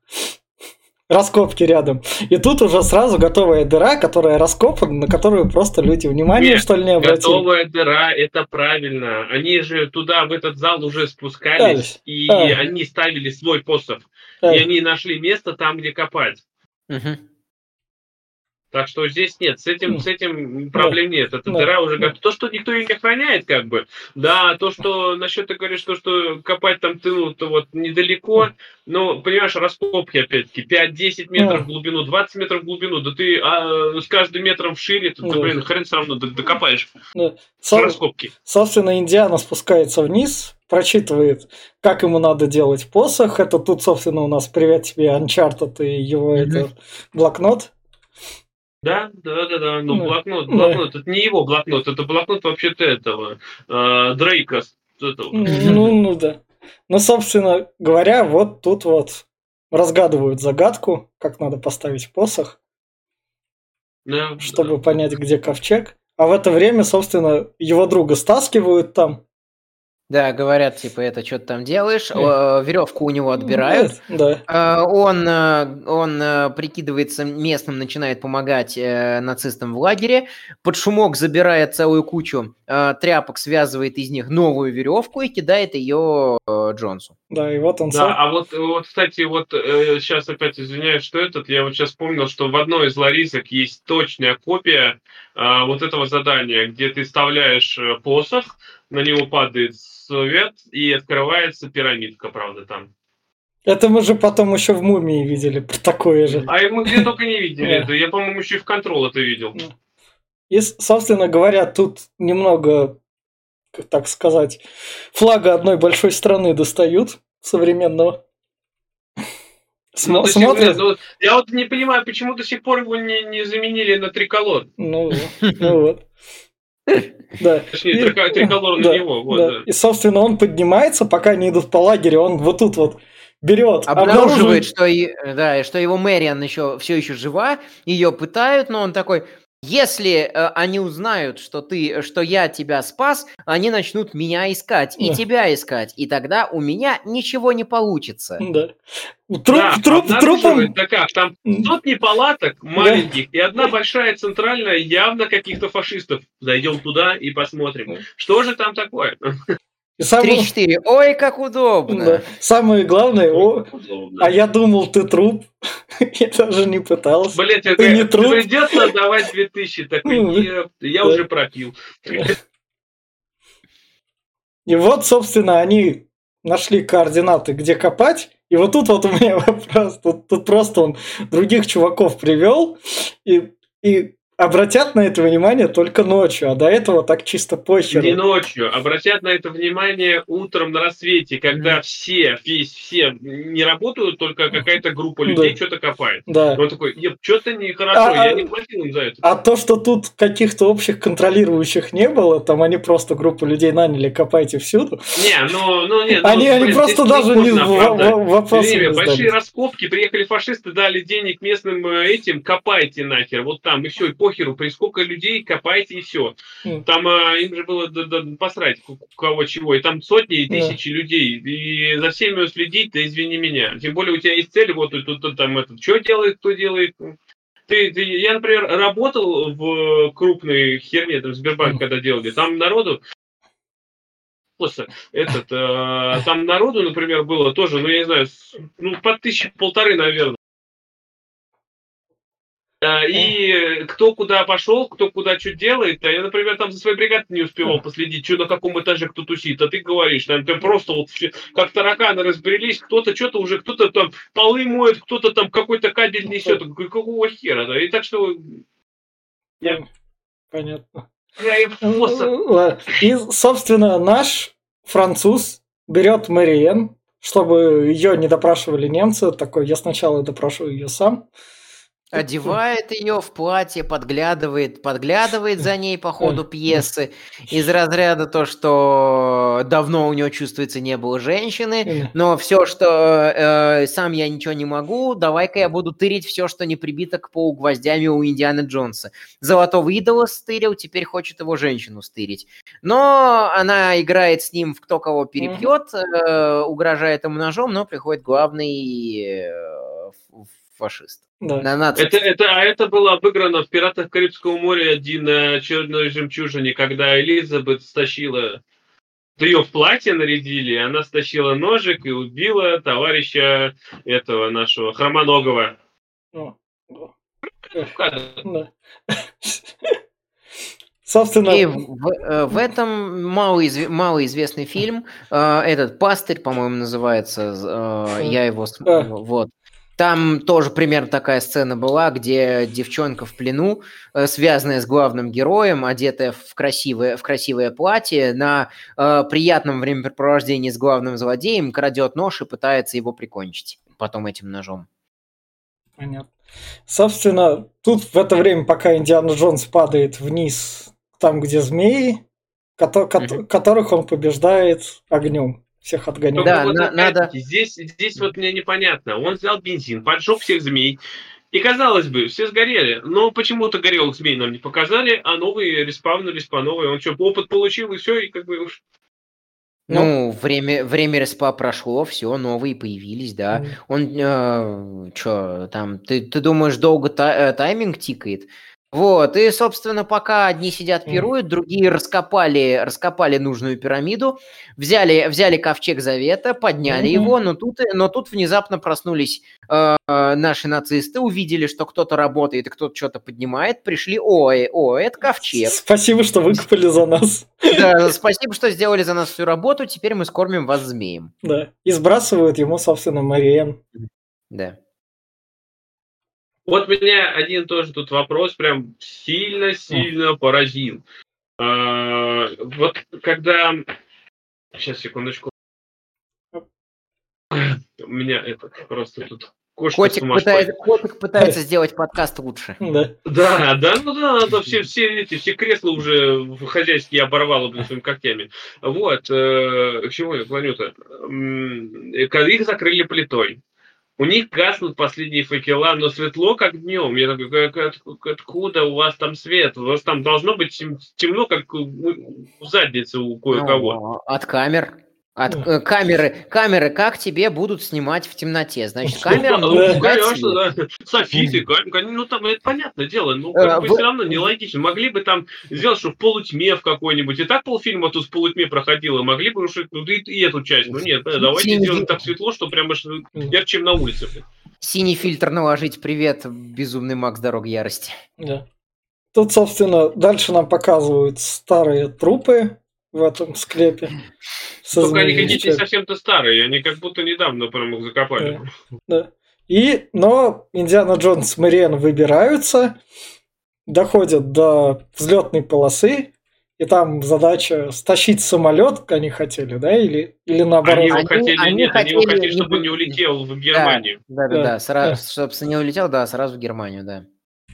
Раскопки рядом. И тут уже сразу готовая дыра, которая раскопана, на которую просто люди внимания, Нет, что ли, не обратили. Готовая дыра, это правильно. Они же туда, в этот зал уже спускались, Спускались. и А. они ставили свой посох. А. И они нашли место там, где копать. Мгм. Так что здесь нет, с этим, Ну, с этим проблем нет. Эта да, дыра уже да. готова. То, что никто ее не охраняет, как бы. Да, то, что насчет ты говоришь, то, что копать там тыну, то вот недалеко. Но, понимаешь, раскопки, опять-таки, пять-десять метров в глубину, двадцать метров в глубину. Да ты а, с каждым метром в шире, ты, Да. блин, хрен все равно докопаешь. Да. С Со- раскопки. Собственно, Индиана спускается вниз, прочитывает, как ему надо делать посох. Это тут, собственно, у нас привет тебе, Uncharted и его Мгм. это, блокнот. Да, да, да, да. Ну, Да. блокнот, Да. блокнот. Это не его блокнот, это блокнот вообще-то этого. э, Дрейка. с этого. Ну, ну да. Ну, собственно говоря, вот тут вот разгадывают загадку, как надо поставить посох, Да, чтобы да. понять, где ковчег. А в это время, собственно, его друга стаскивают там. Да, говорят, типа, это что ты там делаешь, Э. веревку у него отбирают. Да. Э, Он, э, он э, прикидывается местным, начинает помогать э, нацистам в лагере. Под шумок забирает целую кучу э, тряпок, связывает из них новую веревку и кидает ее э, Джонсу. Да, и вот он Да, сам. а вот, вот, кстати, вот э, сейчас опять извиняюсь, что этот, я вот сейчас вспомнил, что в одной из ларисок есть точная копия э, вот этого задания, где ты вставляешь э, посох, на него падает свет и открывается пирамидка, правда, там. Это мы же потом еще в «Мумии» видели про такое же. А мы где только не видели Да. это, я, по-моему, еще и в «Контрол» это видел. И, собственно говоря, тут немного, как так сказать, флага одной большой страны достают современного. Ну, Смо- до сих- смотрят. нет, ну, я вот не понимаю, почему до сих пор его не, не заменили на триколор. Ну, ну вот. Да. Точнее, И- трика- триколор на да, него. Вот, да. да. И, собственно, он поднимается, пока они идут по лагерю, он вот тут вот берет, Обнаруживает, что, и, э, да, и что его Мэриан еще, все еще жива, ее пытают, но он такой, если э, они узнают, что ты, что я тебя спас, они начнут меня искать и Да. тебя искать, и тогда у меня ничего не получится. Да. Труп, Да, труп, обнаруживает, трупом. да как, там сотни палаток маленьких, и одна большая центральная, явно каких-то фашистов. Зайдем туда и посмотрим. Что же там такое? И самое, Три-четыре. Ой, как удобно. да. Самое главное, о, Удобно. а я думал, ты труп. Я даже не пытался. Блин, тебе Ты не труп? придется отдавать две тысячи. Такой, Ну, нет, я да. уже пропил. И вот, собственно, они нашли координаты, где копать. И вот тут вот у меня вопрос. Тут, тут просто он других чуваков привел. И, и обратят на это внимание только ночью. А до этого так чисто похеру. Не ночью. Обратят на это внимание утром на рассвете, когда Мгм. все, весь, все не работают, только какая-то группа людей Да. что-то копает. Да. И он такой, нет, что-то нехорошо, А- я не платил им за это. А то, что тут каких-то общих контролирующих не было, там они просто группу людей наняли, копайте всюду. Не, ну, ну, не, ну, Они, они блин, просто здесь даже не невозможно в- оправдать. в- вопросом Время, не большие задались. раскопки, приехали фашисты, дали денег местным э, этим, копайте нахер, вот там, и все, и похеру, при сколько людей, копайте, и все. М. Там а, им же было да, да, посрать, у кого чего, и там сотни и Да. тысячи людей, и за всеми следить, да извини меня. Тем более у тебя есть цель, вот тут, тут там этот, что делает, кто делает. Ты, ты, я, например, работал в крупной херне, там, Сбербанк, М. когда делали, там народу, просто этот, э, там народу, например, было тоже, ну, я не знаю, с- ну, по тысячи полторы, наверное. Э, И кто куда пошел, кто куда что делает, а я, например, там за своей бригадой не успевал последить, что на каком этаже кто тусит, а ты говоришь, там, ты просто вот все, как тараканы разбрелись, кто-то что-то уже, кто-то там полы моет, кто-то там какой-то кабель несет, какого хера, да, и так что я, Понятно. я и просто- Ладно. И, собственно, наш француз берет Мэриэн, чтобы ее не допрашивали немцы. Такой, я сначала допрошу ее сам. Одевает ее в платье, подглядывает, подглядывает за ней по ходу пьесы. Из разряда то, что давно у нее, чувствуется, не было женщины, но все, что э, сам я ничего не могу, давай-ка я буду тырить все, что не прибито к полу гвоздями у Индианы Джонса. Золотого идола стырил, теперь хочет его женщину стырить. Но она играет с ним в кто кого перепьет, э, угрожает ему ножом, но приходит главный э, ф- фашист. Да. На наци- Это, это, а это было обыграно в «Пиратах Карибского моря» один на «Очередной жемчужине», когда Элизабет стащила, ее в платье нарядили, и она стащила ножик и убила товарища этого нашего Хромоногого. Ну, да. Кадр. Да. Собственно, И в, э, в этом малоизв- малоизвестный фильм, э, этот «Пастырь», по-моему, называется, э, я его... с- А. Вот. Там тоже примерно такая сцена была, где девчонка в плену, э, связанная с главным героем, одетая в красивое, в красивое платье, на э, приятном времяпрепровождении с главным злодеем, крадет нож и пытается его прикончить потом этим ножом. понятно. Собственно, тут в это время, пока Индиана Джонс падает вниз, там, где змеи, кото- кото- Мгм. которых он побеждает огнем. Всех отгоняет. Только Да, вот на- опять-таки, надо- Здесь, здесь вот мне непонятно. Он взял бензин, поджег всех змей. И, казалось бы, все сгорели. Но почему-то горелых змей нам не показали, а новые респавнулись по новой. Он что, опыт получил, и все, и как бы уж... Ну, время, время респа прошло, все, новые появились, да. Мгм. Он, что, там, ты, ты думаешь, долго та- э, тайминг тикает? Вот, и, собственно, пока одни сидят Мгм. пируют, другие раскопали, раскопали нужную пирамиду, взяли, взяли ковчег завета, подняли Мгм. его, но тут, но тут внезапно проснулись э, наши нацисты, увидели, что кто-то работает и кто-то что-то поднимает, пришли, ой, о, это ковчег. Спасибо, что выкопали за нас. Да, спасибо, что сделали за нас всю работу, теперь мы скормим вас змеем. Да. И сбрасывают ему, собственно, Мэриэн. Да. Вот меня один тоже тут вопрос прям сильно-сильно поразил. А, вот когда... Сейчас, секундочку. У меня это просто тут кошка Котик, с ума пытается, сходит. котик пытается сделать подкаст лучше. Да. Да, да, ну да, надо все, все эти, все кресла уже в хозяйстве я оборвал блин, своими когтями. Вот, э, к чему я клоню-то? М, Когда их закрыли плитой. У них гаснут последние факела, но светло, как днем. Я такой, как, от- откуда у вас там свет? У вас там должно быть тем- темно, как у- в заднице у кое-кого. Ну, от камер. От Да. э, камеры. Камеры как тебе будут снимать в темноте? Значит, камера Ну, будет ну, брать конечно, свет. да. Софиты, кон- кон- ну там это понятное дело, ну Э, как бы вы- все равно нелогично. Могли бы там сделать, что в полутьме в какой-нибудь. И так полфильма тут в полутьме проходило. Могли бы уж и, ну, и, и эту часть. Ну нет, да, давайте Синий сделаем фильтр. так светло, что прям аж ярче, чем на улице. блин. Синий фильтр наложить. Привет, безумный Макс Дорог Ярости. Да. Тут, собственно, дальше нам показывают старые трупы в этом склепе. С Только они изменением какие-то не человека. совсем-то старые, они как будто недавно прям их закопали. Да, да. И, но Индиана Джонс с Мэриэн выбираются, доходят до взлетной полосы, и там задача стащить самолет, они хотели, да, или, или наоборот. Они его Они- хотели, они нет, они его хотели хотели, не чтобы он не вы- улетел в Германию. Да, да, да, Да, сразу, да. собственно, не улетел, да, сразу в Германию, да.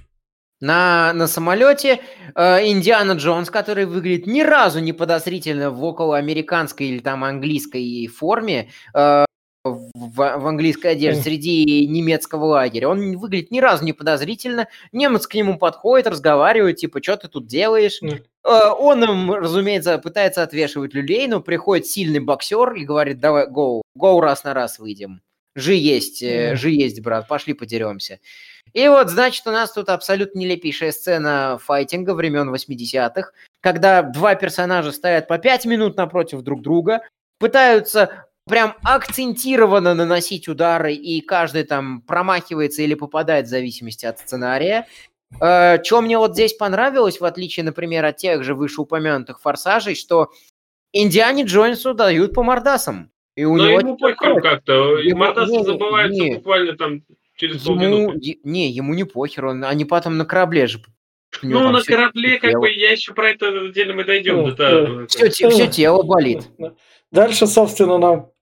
На, на самолете э, Индиана Джонс, который выглядит ни разу не подозрительно в около американской или там английской форме, э, в, в английской одежде Мгм. среди немецкого лагеря. Он выглядит ни разу не подозрительно. Немец к нему подходит, разговаривает, типа, что ты тут делаешь? Мгм. Э, Он им, разумеется, пытается отвешивать люлей, но приходит сильный боксер и говорит, давай, гоу, гоу раз на раз выйдем. Жи есть, э, Мгм. жи есть, брат, пошли подеремся. И вот, значит, у нас тут абсолютно нелепейшая сцена файтинга времен восьмидесятых, когда два персонажа стоят по пять минут напротив друг друга, пытаются прям акцентированно наносить удары, и каждый там промахивается или попадает в зависимости от сценария. Что мне вот здесь понравилось, в отличие, например, от тех же вышеупомянутых «Форсажей», что Индиане Джонсу дают по мордасам. И у Но него ему течет похеру кровь. как-то. И Ему- мордасы не, забываются не. буквально там через Ему, полминуты. е- не, ему не похер, он, они потом на корабле же. у него Ну, там на всё- корабле, всё как тело. бы, я еще про это отдельно мы дойдем. Ну, Да, да, да. это- Всё те- всё тело болит. Да. Дальше, собственно, нам...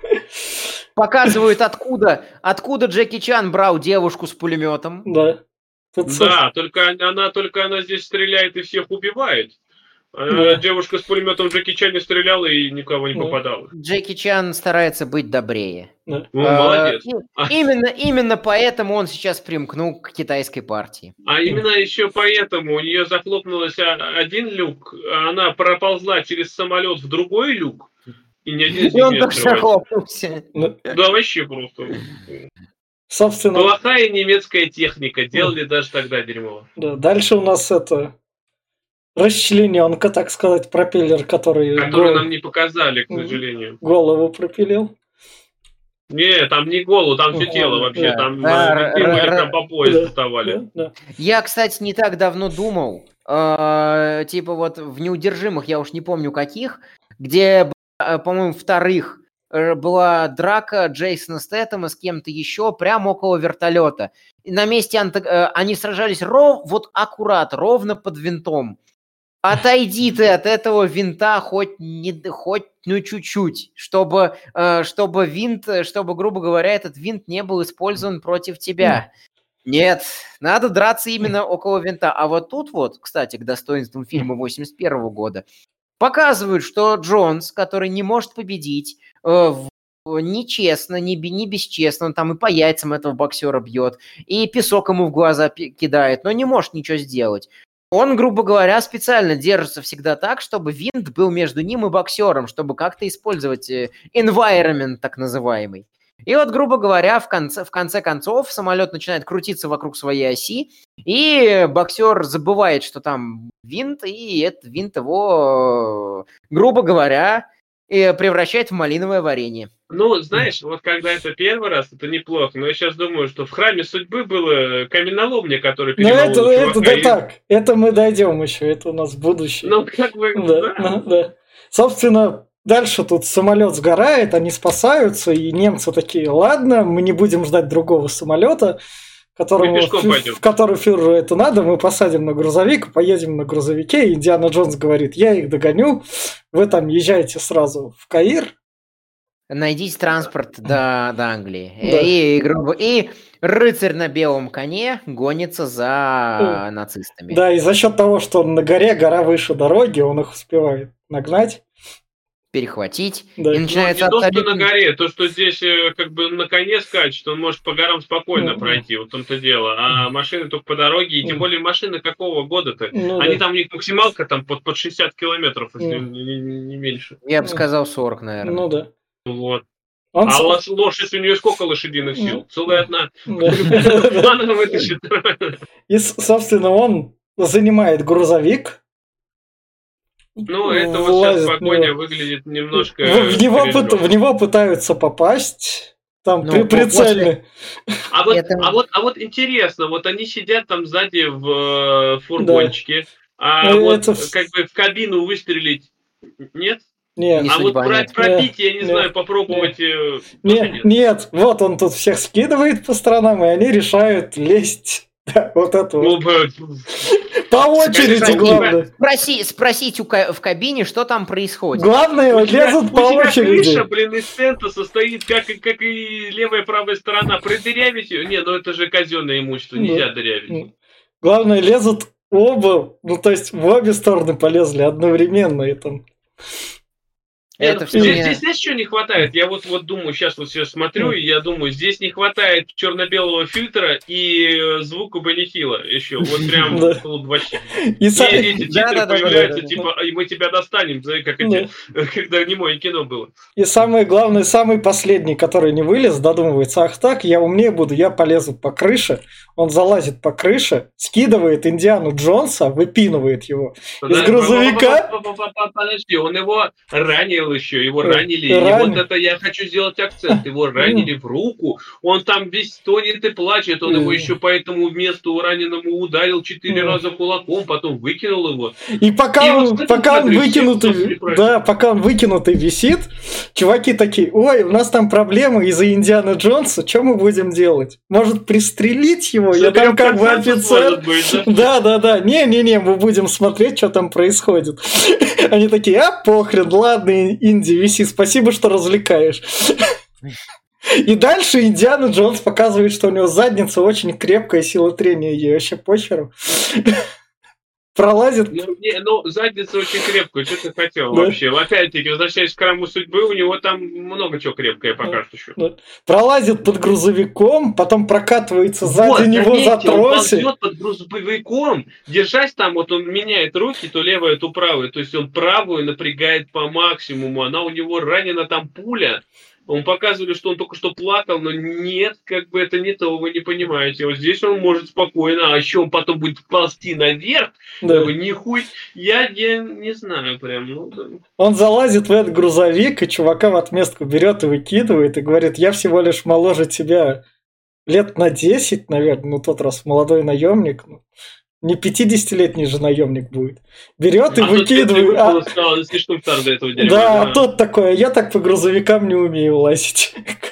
Показывают, откуда, откуда Джеки Чан брал девушку с пулеметом. Да. Тут, Да, только она, только она здесь стреляет и всех убивает. А Да. девушка с пулеметом Джеки Чан не стреляла и никого не Да. попадала. Джеки Чан старается быть добрее. Да. Ну, А, молодец. и- А, Именно, именно поэтому он сейчас примкнул к китайской партии. а именно еще поэтому у нее захлопнулся один люк, а она проползла через самолет в другой люк, и ни один из И них он не тоже открывается. захлопнулся. Да. Да, вообще просто. Собственно, Плохая немецкая техника. Делали даже тогда дерьмово. да. Дальше у нас это... расчлененка, так сказать, пропеллер, который Которую гол- нам не показали, к Мгм. сожалению. голову пропилил. Не, там не голову, там все Ага, тело вообще. да. Там Да, э, винты р- были р- прям по пояс Да, доставали. да, да. Я, кстати, не так давно думал, э, типа вот в «Неудержимых», я уж не помню каких, где, э, по-моему, вторых э, была драка Джейсона Стэтэма с кем-то еще прямо около вертолета. И на месте анта- э, они сражались ров, вот аккурат, ровно под винтом. Отойди ты от этого винта хоть, не, хоть ну чуть-чуть, чтобы, э, чтобы винт, э, чтобы, грубо говоря, этот винт не был использован против тебя. Нет, надо драться именно около винта. А вот тут вот, кстати, к достоинствам фильма восемьдесят первого года, показывают, что Джонс, который не может победить, э, в- в- нечестно, не, би- не бесчестно, он там и по яйцам этого боксера бьет, и песок ему в глаза пи- кидает, но не может ничего сделать. Он, грубо говоря, специально держится всегда так, чтобы винт был между ним и боксером, чтобы как-то использовать э, environment, так называемый. И вот, грубо говоря, в конце, в конце концов самолет начинает крутиться вокруг своей оси, и боксер забывает, что там винт, и этот винт его, э, грубо говоря, э, превращает в малиновое варенье. Ну, знаешь, вот когда это первый раз, это неплохо. Но я сейчас думаю, что в храме судьбы было каменоломня, который Ну перемолол это, это чувака. да и- так, это мы дойдем еще, это у нас будущее. Ну, как бы, Да, да. да, да. Собственно, дальше тут самолет сгорает, они спасаются, и немцы такие, ладно, мы не будем ждать другого самолета, которому, Мы пешком фю- пойдем. в который фюреру это надо, мы посадим на грузовик, поедем на грузовике, и Индиана Джонс говорит, я их догоню, вы там езжайте сразу в Каир. Найдите транспорт до, до Англии. Да. И, грубо- и рыцарь на белом коне гонится за нацистами. Да, и за счет того, что он на горе, гора выше дороги, он их успевает нагнать. Перехватить. Да. И Ну, начинается не то, что абсолютно... на горе, то, что здесь э, как бы на коне скачет, он может по горам спокойно Ну, пройти, вот в том-то дело. А машины только по дороге, и тем Ну. более машины какого года-то? Ну, Они да. там, у них максималка там под, под шестьдесят километров, если Ну. не, не- не меньше. Я бы Ну. сказал сорок, наверное. Ну да. Вот. Он А с- лош- лошадь у нее сколько лошадиных сил? Ну. Целая одна. Да. Ладно, вытащит. И, с- собственно, он занимает грузовик. Ну, это вот влазит сейчас в погоня него. выглядит немножко... В, в него, пыт- пережжённо. в него пытаются попасть. Там Ну, при- по- прицельно. А вот, Это- а, вот, а вот интересно, вот они сидят там сзади в э, фургончике, а Ну, вот это в- как бы в кабину выстрелить Нет? Нет. Не А вот судьба, про- нет. пробить, я не Нет. знаю, попробовать... э, тоже Нет, нет. нет, вот он тут всех скидывает по сторонам, и они решают лезть. Да, вот это Ну, вот. б- По очереди, Конечно, главное. Спроси, спросить у ка- в кабине, что там происходит. Главное, у тебя, лезут у по тебя очереди. крыша, блин, из тента состоит, как, и- как и левая и правая сторона. Продырявить ее? Не, ну это же казенное имущество, нельзя Ну, дырявить. ну. Главное, лезут оба, ну то есть в обе стороны полезли одновременно. И там... Не, Это ну, всё здесь, мне- здесь, знаешь, что не хватает? Я вот, вот думаю, сейчас вот сейчас смотрю, и я думаю, здесь не хватает черно-белого фильтра и э, звука Бенни Хилла еще. Вот прям Да. вот вообще. И И са- эти Да, титры да, да, да, появляются, да, да. типа, и мы тебя достанем, знаешь, как эти, когда немое кино было. И самое главное, самый последний, который не вылез, додумывается, ах так, я умнее буду, я полезу по крыше. Он залазит по крыше, скидывает Индиану Джонса, выпинывает его из Да, грузовика. Подожди, он его ранил еще, его Э, ранили. И ранил. вот это я хочу сделать акцент. Его ранили в руку, он там весь стонет и плачет, он его Э. еще по этому месту раненому ударил четыре Э. раза кулаком, потом выкинул его. И пока И он, вот в этом пока он кадре все выкинутый, после праздника. да, пока он выкинутый висит, чуваки такие, ой, у нас там проблемы из-за Индианы Джонса, что мы будем делать? Может, пристрелить его? Я там Соберем как бы консенсус, офицер. может быть, да? Да, да, да. Не-не-не, мы будем смотреть, что там происходит. Они такие, а похрен, ладно, Инди, виси, спасибо, что развлекаешь. И дальше Индиана Джонс показывает, что у него задница очень крепкая, сила трения ей вообще похеру. Пролазит. Ну, не, ну, задница очень крепкая, что ты хотел Да. вообще? Опять-таки, возвращаясь к храму судьбы, у него там много чего крепкое пока что еще. Да. Пролазит под грузовиком, потом прокатывается сзади Вот, него за заметьте, он тросе. ползет под грузовиком, держась там, вот он меняет руки, то левую, то правую, то есть он правую напрягает по максимуму, она у него ранена там пуля, он показывали, что он только что плакал, но нет, как бы это не то, вы не понимаете. Вот здесь он может спокойно, а еще он потом будет ползти наверх, Да. как бы, нихуй, я, я не знаю прям, ну, да. Он залазит в этот грузовик, и чувака в отместку берет и выкидывает, и говорит, я всего лишь моложе тебя лет на десять, наверное, ну тот раз молодой наемник, ну, не пятидесятилетний же наемник будет. Берет и А тот выкидывает. третий А- сказал, слишком стар для этого дерьма. Да, а тот такой, я так по грузовикам не умею лазить.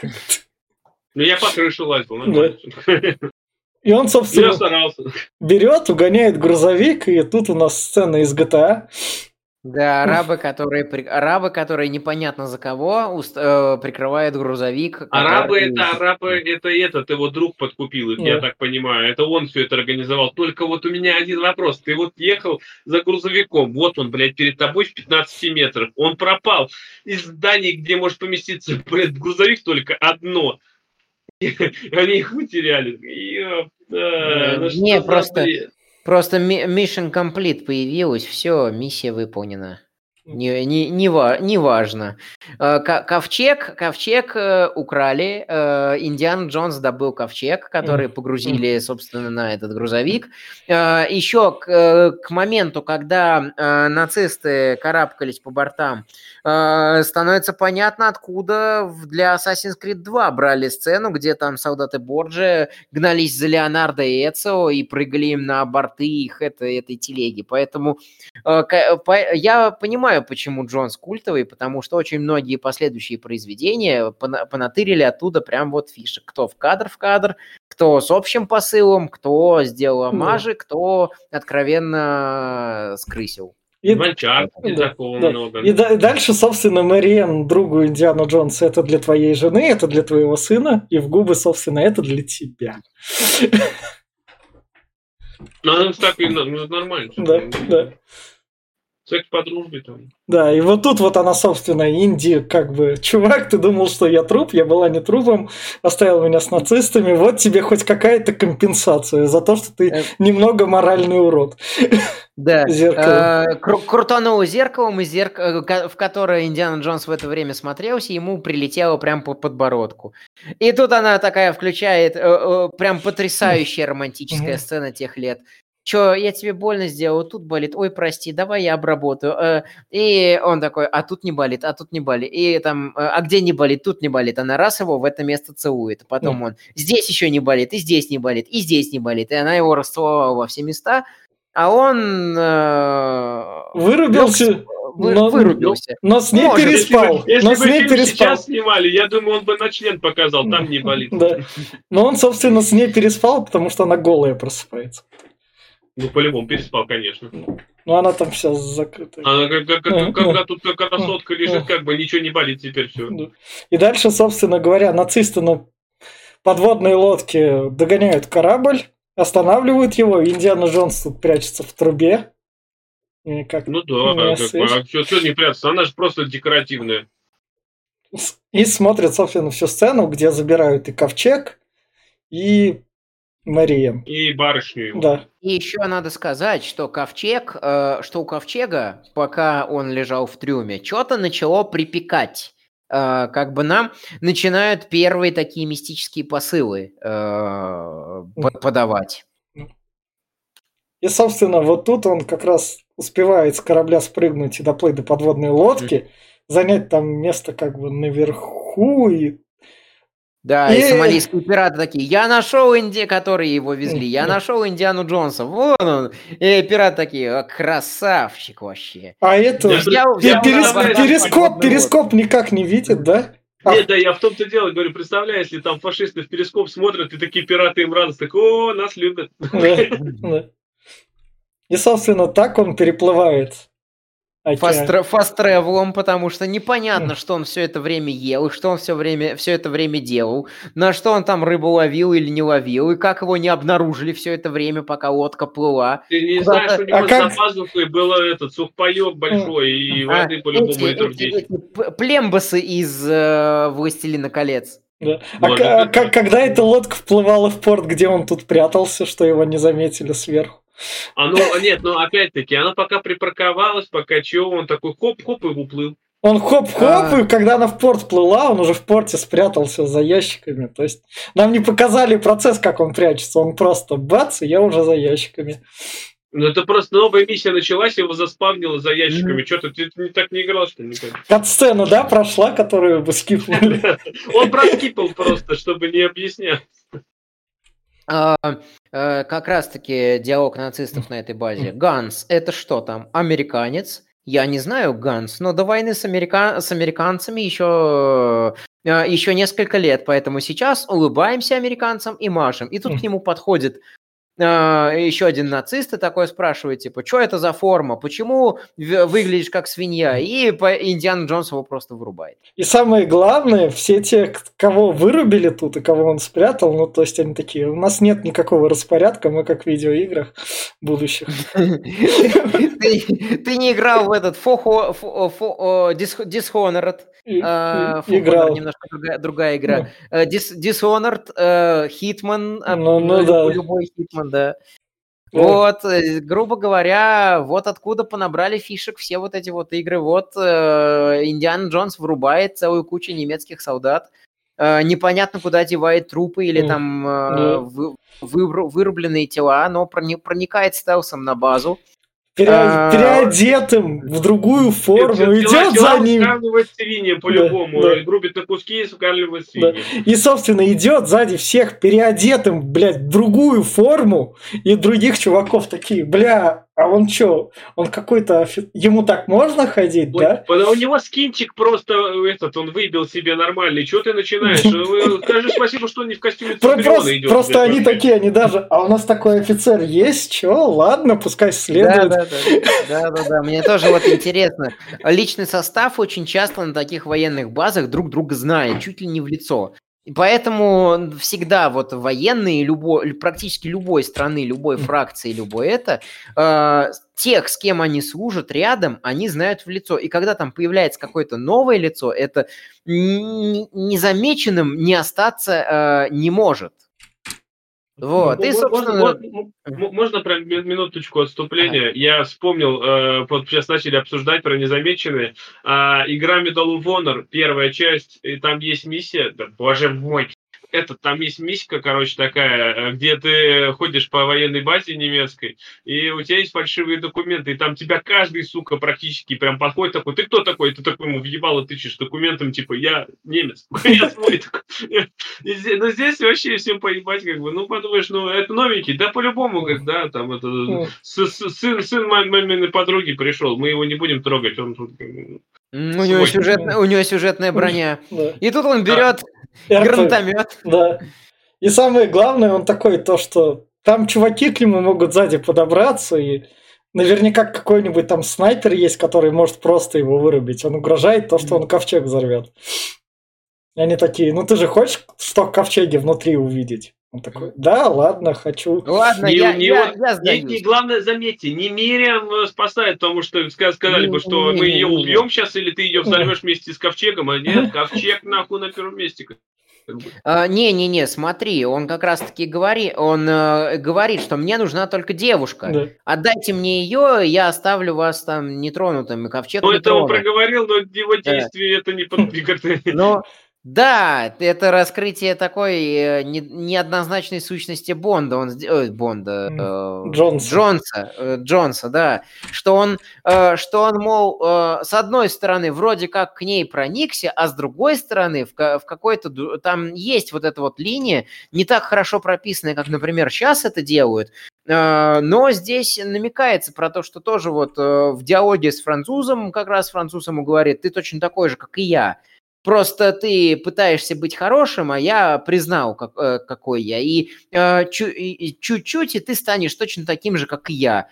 Ну, я по крыше лазил, нормально. И он, Я собственно, старался. берет, угоняет грузовик, и тут у нас сцена из джи ти эй. Да, арабы, которые, при- арабы, которые непонятно за кого уст- э, прикрывают грузовик. Арабы который- это, арабы это этот, его друг подкупил их, я Да. так понимаю. Это он все это организовал. Только вот у меня один вопрос. Ты вот ехал за грузовиком, вот он, блядь, перед тобой в пятнадцати метрах. Он пропал из зданий, где может поместиться, блядь, грузовик только одно. Они их утеряли. Ёпта, ну Э, что не, за просто- бред? Просто ми- Mission Complete появилась, все, миссия выполнена. Не, не, не, ва- не важно. Э, ко- Ковчег, ковчег э, украли, э, Индиана Джонс добыл ковчег, который Мгм. погрузили, собственно, на этот грузовик. Э, Еще к, э, к моменту, когда э, нацисты карабкались по бортам, э, становится понятно, откуда в- для Assassin's Creed два брали сцену, где там солдаты Борджи гнались за Леонардо и Эцио и прыгали им на борты их этой, этой телеги. Поэтому э, ка- по- я понимаю, почему Джонс культовый, потому что очень многие последующие произведения пона- понатырили оттуда прям вот фишек. Кто в кадр в кадр, кто с общим посылом, кто сделал омажи, кто откровенно скрысил. И, Ванчар, и да, такого да. много. И да- дальше, собственно, Мэриэн, другу Индиану Джонса, это для твоей жены, это для твоего сына, и в губы, собственно, это для тебя. Ну, так и ну, ну, нормально. Да, да. Секс по дружбе там. Да, и вот тут вот она, собственно, Инди, как бы, чувак, ты думал, что я труп, я была не трупом, оставил меня с нацистами, вот тебе хоть какая-то компенсация за то, что ты Э. немного моральный урод. Да, Зеркало. э, кру- крутанул зеркалом, и зерк- э, ка- в которое Индиана Джонс в это время смотрелся, ему прилетело прям по подбородку. И тут она такая включает, э, э, прям потрясающая романтическая Мгм. сцена тех лет. Чё, я тебе больно сделал, тут болит, ой, прости, давай я обработаю. Э, И он такой, а тут не болит, а тут не болит. И там, э, а где не болит, тут не болит. Она раз его в это место целует. А потом он, здесь еще не болит, и здесь не болит, и здесь не болит. И она его расцеловала во все места. А он... э, Вырубился. лёг вы, Но, вырубился. но с ней Может, переспал. Если но бы с ней фильм переспал. сейчас снимали, я думаю, он бы на член показал, там не болит. Да. Но он, собственно, с ней переспал, потому что она голая просыпается. Ну, по-любому, переспал, конечно. Ну, она там вся закрыта. Она, как- как- как- когда тут как красотка лежит, как бы ничего не болит теперь все. И дальше, собственно говоря, нацисты на подводной лодке догоняют корабль, останавливают его, и Индиана Джонс тут прячется в трубе. И как Ну да, не как бы, слышь. а что не прятаться? Она же просто декоративная. И смотрят, собственно, всю сцену, где забирают и ковчег, и Мария. И барышню его. Да. И еще надо сказать, что ковчег, э, что у ковчега, пока он лежал в трюме, что-то начало припекать. Э, как бы нам начинают первые такие мистические посылы э, по- подавать. И, собственно, вот тут он как раз успевает с корабля спрыгнуть и доплыть до подводной лодки, занять там место как бы наверху и Да, и, И- сомалийские пираты такие, я нашел Инди, которые его везли, я Мгм. нашел Индиану Джонса, вон он. И пираты такие, «О, красавчик вообще. А это Я Взял- пе- взял перес- на борт перископ, подводной перископ никак не видит, да? А, Нет, да, я в том-то дело говорю, представляю, если там фашисты в перископ смотрят, и такие пираты им радостны, так, о, нас любят. да, да. И, собственно, так он переплывает океан. Фаст- фаст-тревелом, потому что непонятно, что он все это время ел, и что он все, время, все это время делал, на что он там рыбу ловил или не ловил, и как его не обнаружили все это время, пока лодка плыла. Ты не Куда-то- знаешь, у него А как- за пазухой был этот сухпайок большой, и А, воды по-любому эти, литров эти- десять. эти п- плембасы из э, «Властелина колец». Да. А Может к- быть, к- да. когда эта лодка вплывала в порт, где он тут прятался, что его не заметили сверху? А ну, нет, ну опять-таки, она пока припарковалась, пока чего, он такой хоп-хоп и уплыл. Он хоп-хоп, А. и когда она в порт плыла, он уже в порте спрятался за ящиками. То есть нам не показали процесс, как он прячется. Он просто бац, и я уже за ящиками. Ну это просто новая миссия началась, его заспавнило за ящиками. Что-то ты не так не играл, что ли? никак? Кат-сцена, да, прошла, которую бы скипнули. Он проскипал просто, чтобы не объяснять. А, э, как раз-таки диалог нацистов на этой базе. Ганс, это что там, американец? Я не знаю Ганс, но до войны с, америка... с американцами еще, э, еще несколько лет, поэтому сейчас улыбаемся американцам и машем. И тут к нему подходит э, еще один нацист и такой спрашивает, типа, что это за форма, почему в- выглядишь как свинья? И по... Индиана Джонс его просто вырубает. И самое главное, все те, к- кого вырубили тут и кого он спрятал, ну, то есть они такие, у нас нет никакого распорядка, мы как в видеоиграх будущих. Ты, ты не играл в этот Фохо, фо, фо- о, Dis- Dishonored. И- а, и- For Honor Играл. немножко другая, другая игра. Э, Dis- Dishonored, э, Hitman, а, Ну, ну любой, да. любой Hitman, да. Да. Вот, э, грубо говоря, вот откуда понабрали фишек все вот эти вот игры. Вот э, Индиана Джонс врубает целую кучу немецких солдат. Э, непонятно, куда девает трупы или Мгм. там э, Да. вы- выбру- вырубленные тела, но прони- проникает стелсом на базу. Пере- А, Переодетым в другую форму, Тела- идет тела за ним. скармливает свиньям по-любому. Да, да. Грубит на куски и скармливает Да. свиньям. И, собственно, идет сзади всех переодетым, блядь, в другую форму, и других чуваков такие, бля, а он чё, он какой-то, офи- ему так можно ходить, Ой, да? да у него скинчик просто этот, он выбил себе нормальный. Чего ты начинаешь? Э, Скажи спасибо, что он не в костюме Про- Центуриона Просто, идет. просто блядь, они вообще. такие, они даже, а у нас такой офицер есть, чё, ладно, пускай следует. Да, да, да, да, да, да. Мне тоже вот интересно. Личный состав очень часто на таких военных базах друг друга знает, чуть ли не в лицо. И поэтому всегда вот военные любой, практически любой страны, любой фракции, любой это, э, тех, с кем они служат рядом, они знают в лицо. И когда там появляется какое-то новое лицо, это н- незамеченным не остаться э, не может. Вот, Ну, и, мо- собственно... мо- мо- мо- Можно про ми- минуточку отступления? Я вспомнил, э, вот сейчас начали обсуждать про незамеченные. А, игра Medal of Honor, первая часть, и там есть миссия, да, боже мой, это, там есть миссия, короче, такая, где ты ходишь по военной базе немецкой, и у тебя есть фальшивые документы, и там тебя каждый, сука, практически прям подходит такой, ты кто такой? Ты такой ему въебало тычешь документом, типа, я немец, я свой такой. Но здесь вообще всем поебать, как бы, ну, подумаешь, ну, это новенький, да, по-любому, как, да, там, это, сын, сын маминой подруги пришел, мы его не будем трогать, он тут, у него, сюжетная, у него сюжетная броня. Да. И тут он берет да. гранатомет. Да. И самое главное, он такой, то, что там чуваки к нему могут сзади подобраться, и наверняка какой-нибудь там снайпер есть, который может просто его вырубить. Он угрожает то, что он ковчег взорвет. И они такие, ну ты же хочешь что ковчеги внутри увидеть? Он такой, да, ладно, хочу. Ладно, не, я, не, я, вот, я не, не, главное, заметьте, не Мириам спасает, потому что сказали не, бы, что не, мы не, ее не, убьем не. сейчас, или ты ее взорвешь вместе с ковчегом, а нет, ковчег нахуй на первом месте. Не-не-не, смотри, он как раз-таки говорит, он э, говорит, что мне нужна только девушка. Да. Отдайте мне ее, я оставлю вас там нетронутым, и ковчег Ну, не это он трону. проговорил, но его действия это не подвигает. Но да, это раскрытие такой э, не- неоднозначной сущности Бонда, он сде- ой, Бонда, э, Джонса. Джонса, э, Джонса, да, что он, э, что он, мол, э, с одной стороны вроде как к ней проникся, а с другой стороны в, ка- в какой-то ду- там есть вот эта вот линия, не так хорошо прописанная, как, например, сейчас это делают, э, но здесь намекается про то, что тоже вот э, в диалоге с французом, как раз француз ему говорит, ты точно такой же, как и я. Просто ты пытаешься быть хорошим, а я признал, как, э, какой я. И, э, чу- и чуть-чуть, и ты станешь точно таким же, как и я.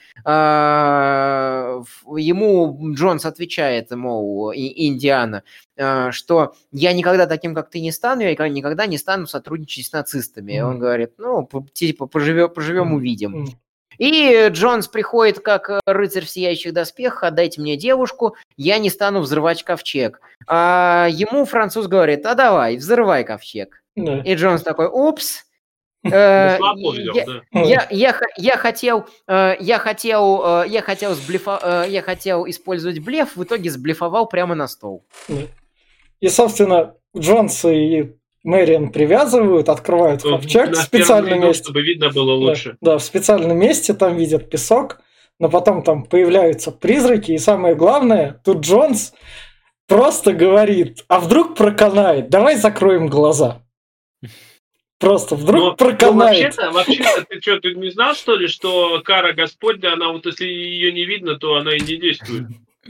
А, ему Джонс отвечает, мол, и, Индиана, э, что я никогда таким, как ты, не стану, я никогда не стану сотрудничать с нацистами. И он говорит, ну, типа, поживем, поживем увидим. И Джонс приходит как рыцарь в сияющих доспехах, отдайте мне девушку, я не стану взрывать ковчег. А ему француз говорит, а давай, взрывай ковчег. Да. И Джонс такой, упс. Я, я, я, я хотел, я хотел, я хотел, сблефа, я хотел использовать блеф, в итоге сблефовал прямо на стол. И, собственно, Джонс и Мэриан привязывают, открывают ковчег в специальном месте. Чтобы видно было лучше. Да, да, в специальном месте, там видят песок, но потом там появляются призраки, и самое главное, тут Джонс просто говорит, а вдруг проканает, давай закроем глаза. Просто вдруг но, проканает. Но вообще-то, вообще-то, ты что, ты не знал, что ли, что кара Господня, она вот если ее не видно, то она и не действует?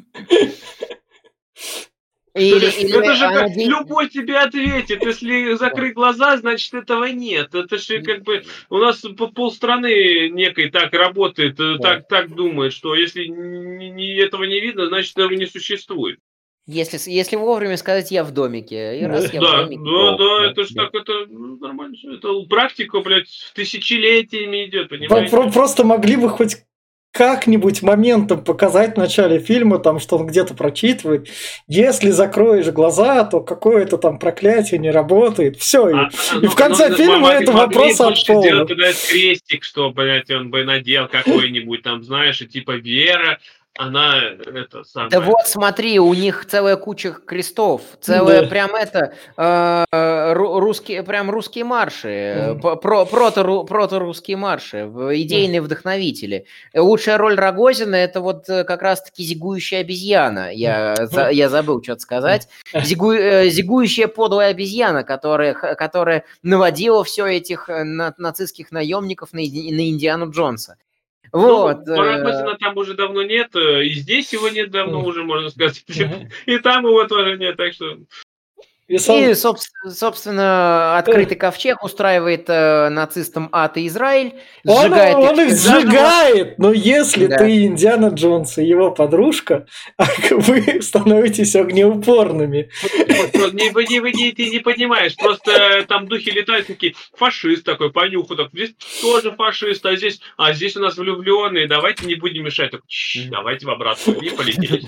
Или, или это же как день... любой тебе ответит. Если закрыть глаза, значит этого нет. Это же как бы у нас полстраны некой так работает, так, так думает, что если не, этого не видно, значит этого не существует. Если, если вовремя сказать «я в домике», и раз да, я в домике... Да, то, да, да, это же да. так, это ну, нормально. Это практика, блядь, тысячелетиями идет, понимаете? Просто могли бы хоть как-нибудь моментом показать в начале фильма, там, что он где-то прочитывает. Если закроешь глаза, то какое-то там проклятие не работает. Все. А, и ну, в конце ну, фильма могли, это вопрос от пола. Сделать тогда крестик, что, блядь, он бы надел какой-нибудь там, знаешь, и типа Вера, она это самое... Да вот смотри, у них целая куча крестов, целая да. прям это э, русские, прям русские марши, mm. про, прото, прото-русские марши, идейные mm. вдохновители. Лучшая роль Рогозина — это вот как раз-таки зигующая обезьяна. Я, mm. за, я забыл что-то сказать. Зигу, зигующая подлая обезьяна, которая, которая наводила все этих на, нацистских наемников на, на Индиану Джонса. Вот. Ну, Рогозина там уже давно нет, и здесь его нет давно уже, можно сказать. И там его тоже нет, так что... И, и собственно, открытый ковчег устраивает э, нацистам ад и Израиль. Сжигает он, их, он их сжигает, но если да. ты Индиана Джонс и его подружка, вы становитесь огнеупорными. Не, не, не, ты не понимаешь, просто там духи летают такие, фашист такой, понюху, так, здесь тоже фашист, а здесь, а здесь у нас влюбленные, давайте не будем мешать. Так, давайте в обратку, и полетели.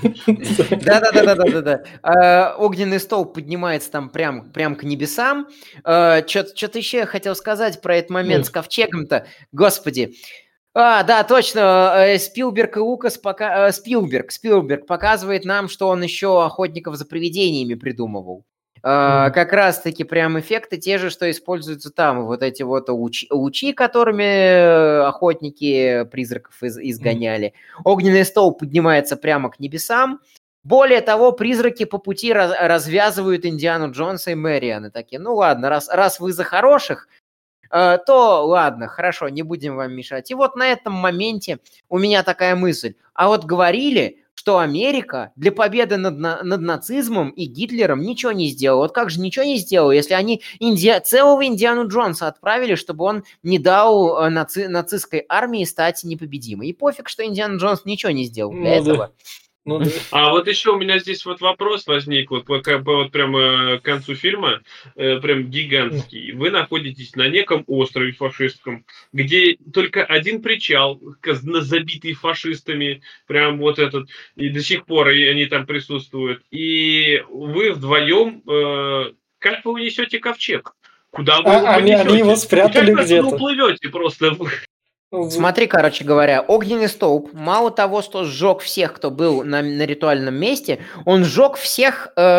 Да-да-да-да-да. Огненный столб поднимается там прям, прям к небесам. Э, Что-то еще я хотел сказать про этот момент mm. с ковчегом-то. Господи. А, да, точно. Спилберг и Лукас пока... Спилберг, Спилберг показывает нам, что он еще охотников за привидениями придумывал. Uh, как раз-таки прям эффекты те же, что используются там. Вот эти вот лучи, лучи которыми охотники призраков из, изгоняли. Огненный столб поднимается прямо к небесам. Более того, призраки по пути раз, развязывают Индиану Джонса и Мэриан. И такие, ну ладно, раз, раз вы за хороших, uh, то ладно, хорошо, не будем вам мешать. И вот на этом моменте у меня такая мысль. А вот говорили... что Америка для победы над, над нацизмом и Гитлером ничего не сделала. Вот как же ничего не сделала, если они Инди... целого Индиану Джонса отправили, чтобы он не дал наци... нацистской армии стать непобедимой. И пофиг, что Индиана Джонс ничего не сделал для ну, этого. Да. Ну, да. А вот еще у меня здесь вот вопрос возник, вот, вот, вот прямо к концу фильма, э, прям гигантский. Вы находитесь на неком острове фашистском, где только один причал, забитый фашистами, прям вот этот, и до сих пор они там присутствуют. И вы вдвоем, э, как вы унесете ковчег? Куда вы а, его они, они его спрятали как где-то. Вы уплывете просто... Смотри, короче говоря, огненный столб, мало того, что сжег всех, кто был на, на ритуальном месте, он сжег всех э,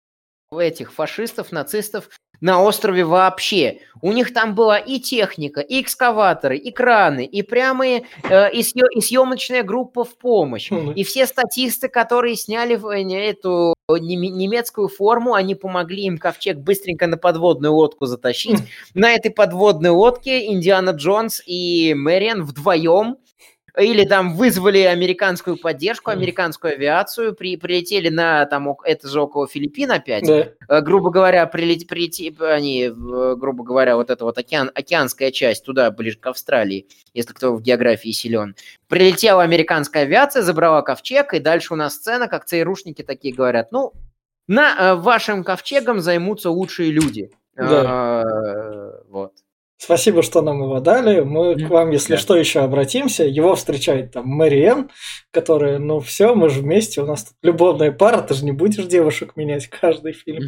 этих фашистов, нацистов на острове вообще. У них там была и техника, и экскаваторы, и краны, и прямые, э, и, съё, и съемочная группа в помощь. И все статисты, которые сняли эту немецкую форму, они помогли им ковчег быстренько на подводную лодку затащить. На этой подводной лодке Индиана Джонс и Мэриан вдвоем или там вызвали американскую поддержку, американскую авиацию, при, прилетели на, там, это же около Филиппин опять, да. грубо говоря, прилет, прилетели, они, грубо говоря, вот эта вот океан, океанская часть, туда, ближе к Австралии, если кто в географии силен. Прилетела американская авиация, забрала ковчег, и дальше у нас сцена, как ЦРУшники такие говорят, ну, на вашим ковчегом займутся лучшие люди. Да. А, вот. Спасибо, что нам его дали. Мы к вам, если да. что, еще обратимся. Его встречает там Мэриэн, которая, ну все, мы же вместе, у нас тут любовная пара, ты же не будешь девушек менять каждый фильм.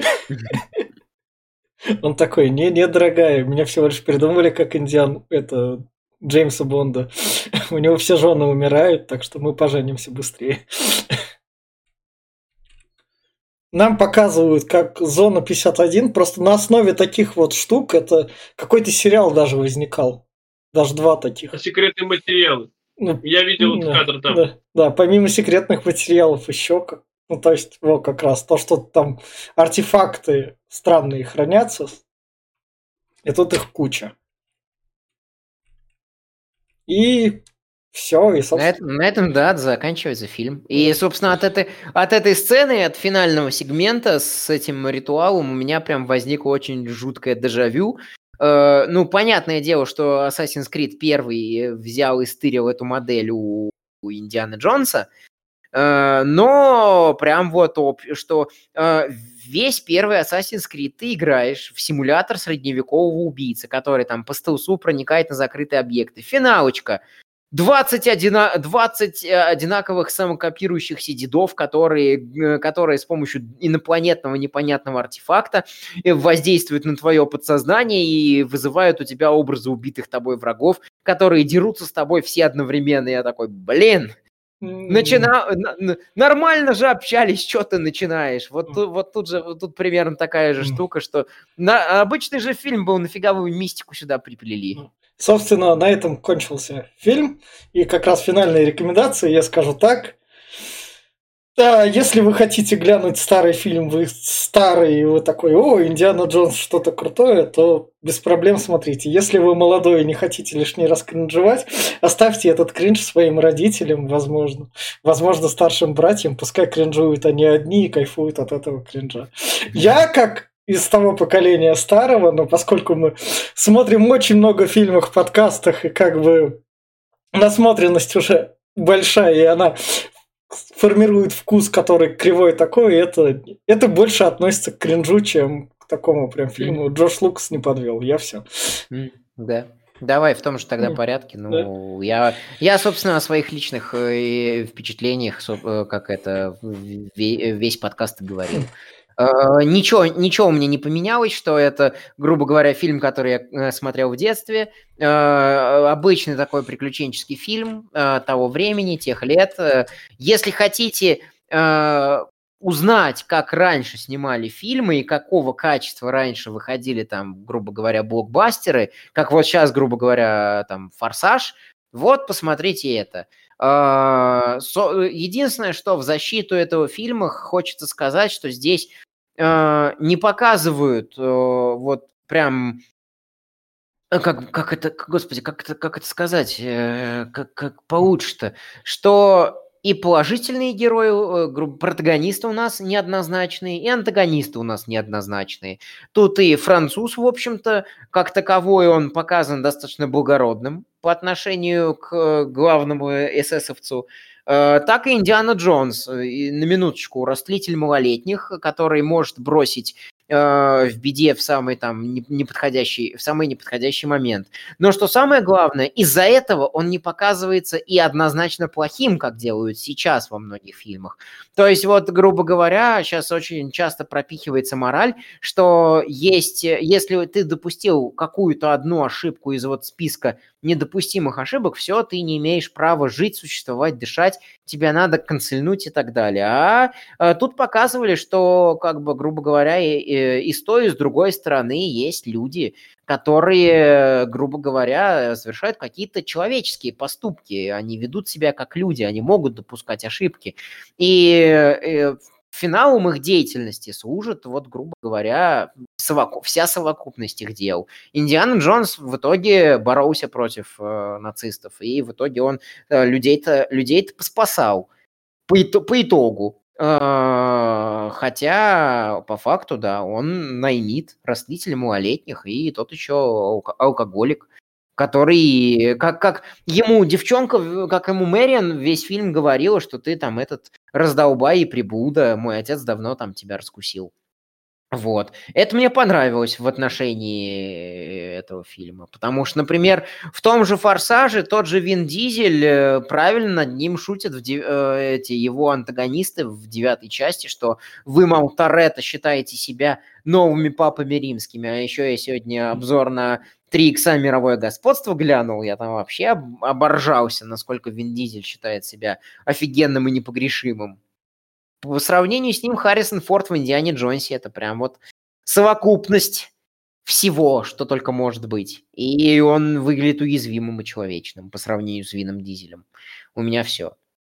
Он такой, не, не, дорогая, меня всего лишь придумали как Индиан, это Джеймса Бонда. У него все жены умирают, так что мы поженимся быстрее. Нам показывают, как Зона пятьдесят один, просто на основе таких вот штук это какой-то сериал даже возникал. Даже два таких. Секретные материалы. Ну, я видел да, кадр там. Да, да, помимо секретных материалов еще как. Ну, то есть, вот как раз то, что там артефакты странные хранятся, и тут их куча. И все, и, собственно... на, этом, на этом, да, заканчивается фильм. И, собственно, от этой, от этой сцены, от финального сегмента с этим ритуалом у меня прям возникло очень жуткое дежавю. Э, ну, понятное дело, что Assassin's Creed первый взял и стырил эту модель у, у Индианы Джонса, э, но прям вот, что э, весь первый Assassin's Creed ты играешь в симулятор средневекового убийцы, который там по стелсу проникает на закрытые объекты. Финалочка. двадцать, одина... двадцать одинаковых самокопирующихся дедов, которые, которые с помощью инопланетного непонятного артефакта воздействуют на твое подсознание и вызывают у тебя образы убитых тобой врагов, которые дерутся с тобой все одновременно. Я такой, блин, начина... нормально же общались, что ты начинаешь? Вот, вот тут же вот тут примерно такая же штука, что на... обычный же фильм был, нафига вы мистику сюда приплели? Собственно, на этом кончился фильм. И как раз финальные рекомендации, я скажу так. Да, если вы хотите глянуть старый фильм, вы старый, и вы такой, о, Индиана Джонс, что-то крутое, то без проблем смотрите. Если вы молодой и не хотите лишний раз кринжевать, оставьте этот кринж своим родителям, возможно. Возможно, старшим братьям, пускай кринжуют они одни и кайфуют от этого кринжа. Я, как из того поколения старого, но поскольку мы смотрим очень много фильмов, подкастах, и как бы насмотренность уже большая, и она формирует вкус, который кривой такой, и это, это больше относится к кринжу, чем к такому прям фильму. Mm. Джордж Лукас не подвел, я все. Mm, да. Давай в том же тогда mm. порядке. Ну, да. я, я, собственно, о своих личных э, впечатлениях, э, как это, весь подкаст говорил. Uh, ничего, ничего у меня не поменялось, что это, грубо говоря, фильм, который я uh, смотрел в детстве, uh, обычный такой приключенческий фильм uh, того времени, тех лет. Uh, если хотите uh, узнать, как раньше снимали фильмы и какого качества раньше выходили там, грубо говоря, блокбастеры, как вот сейчас, грубо говоря, там «Форсаж», вот посмотрите это. Единственное, что в защиту этого фильма хочется сказать, что здесь не показывают вот прям... Как, как это, господи, как это, как это сказать, как, как получше-то, что и положительные герои, протагонисты у нас неоднозначные, и антагонисты у нас неоднозначные. Тут и француз, в общем-то, как таковой, он показан достаточно благородным по отношению к главному эсэсовцу, так и Индиана Джонс, и, на минуточку, растлитель малолетних, который может бросить в беде в самый там неподходящий, в самый неподходящий момент. Но что самое главное, из-за этого он не показывается и однозначно плохим, как делают сейчас во многих фильмах. То есть вот, грубо говоря, сейчас очень часто пропихивается мораль, что есть, если ты допустил какую-то одну ошибку из вот списка недопустимых ошибок, все, ты не имеешь права жить, существовать, дышать, тебя надо канцельнуть и так далее. А, а тут показывали, что, как бы, грубо говоря, и, и, и с той, и с другой стороны есть люди, которые, грубо говоря, совершают какие-то человеческие поступки. Они ведут себя как люди, они могут допускать ошибки. И, и финалом их деятельности служит, вот, грубо говоря, совокуп, вся совокупность их дел. Индиана Джонс в итоге боролся против э, нацистов, и в итоге он э, людей-то, людей-то поспасал по, по итогу. Э, хотя, по факту, да, он наймит, растлитель малолетних, и тот еще алко- алкоголик, который, как, как ему девчонка, как ему Мэриан весь фильм говорила, что ты там этот раздолбай и приблуда, мой отец давно там тебя раскусил. Вот. Это мне понравилось в отношении этого фильма, потому что, например, в том же «Форсаже» тот же Вин Дизель правильно над ним шутят в дев... эти его антагонисты в девятой части, что вы, мол, Торетто, считаете себя новыми папами римскими, а еще я сегодня обзор на три икса «Мировое господство» глянул, я там вообще оборжался, насколько Вин Дизель считает себя офигенным и непогрешимым. По сравнению с ним Харрисон Форд в «Индиане Джонсе» это прям вот совокупность всего, что только может быть. И он выглядит уязвимым и человечным по сравнению с Вином Дизелем. У меня все.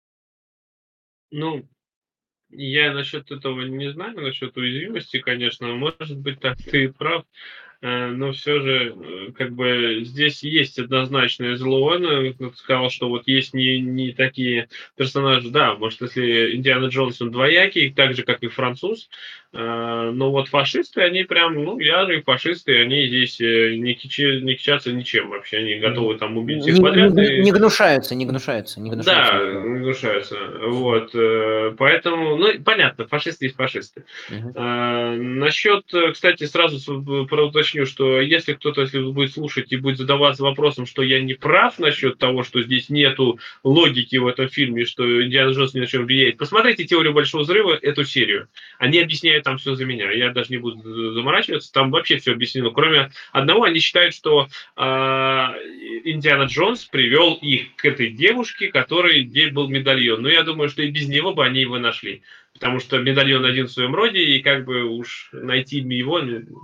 Ну, я насчет этого не знаю, насчет уязвимости, конечно, может быть, так ты прав, но все же, как бы, здесь есть однозначное зло. Он сказал, что вот есть не, не такие персонажи, да, может, если Индиана Джонс, он двоякий, так же, как и француз, но вот фашисты, они прям, ну, ярые фашисты, они здесь не, кичи, не кичатся ничем вообще, они готовы там убить всех не, подряд. Не, и... не гнушаются, не гнушаются, не гнушаются. Да, не гнушаются, вот, поэтому, ну, понятно, фашисты есть фашисты. Uh-huh. А, насчет, кстати, сразу проуточню, что если кто-то, если будет слушать и будет задаваться вопросом, что я не прав насчет того, что здесь нету логики в этом фильме, что Индиана Джонс ни на чем влияет, посмотрите «Теорию большого взрыва», эту серию. Они объясняют там все за меня, я даже не буду заморачиваться, там вообще все объяснено. Кроме одного, они считают, что а, Индиана Джонс привел их к этой девушке, который где был медальон. Но я думаю, что и без него бы они его нашли. Потому что медальон один в своем роде, и как бы уж найти его...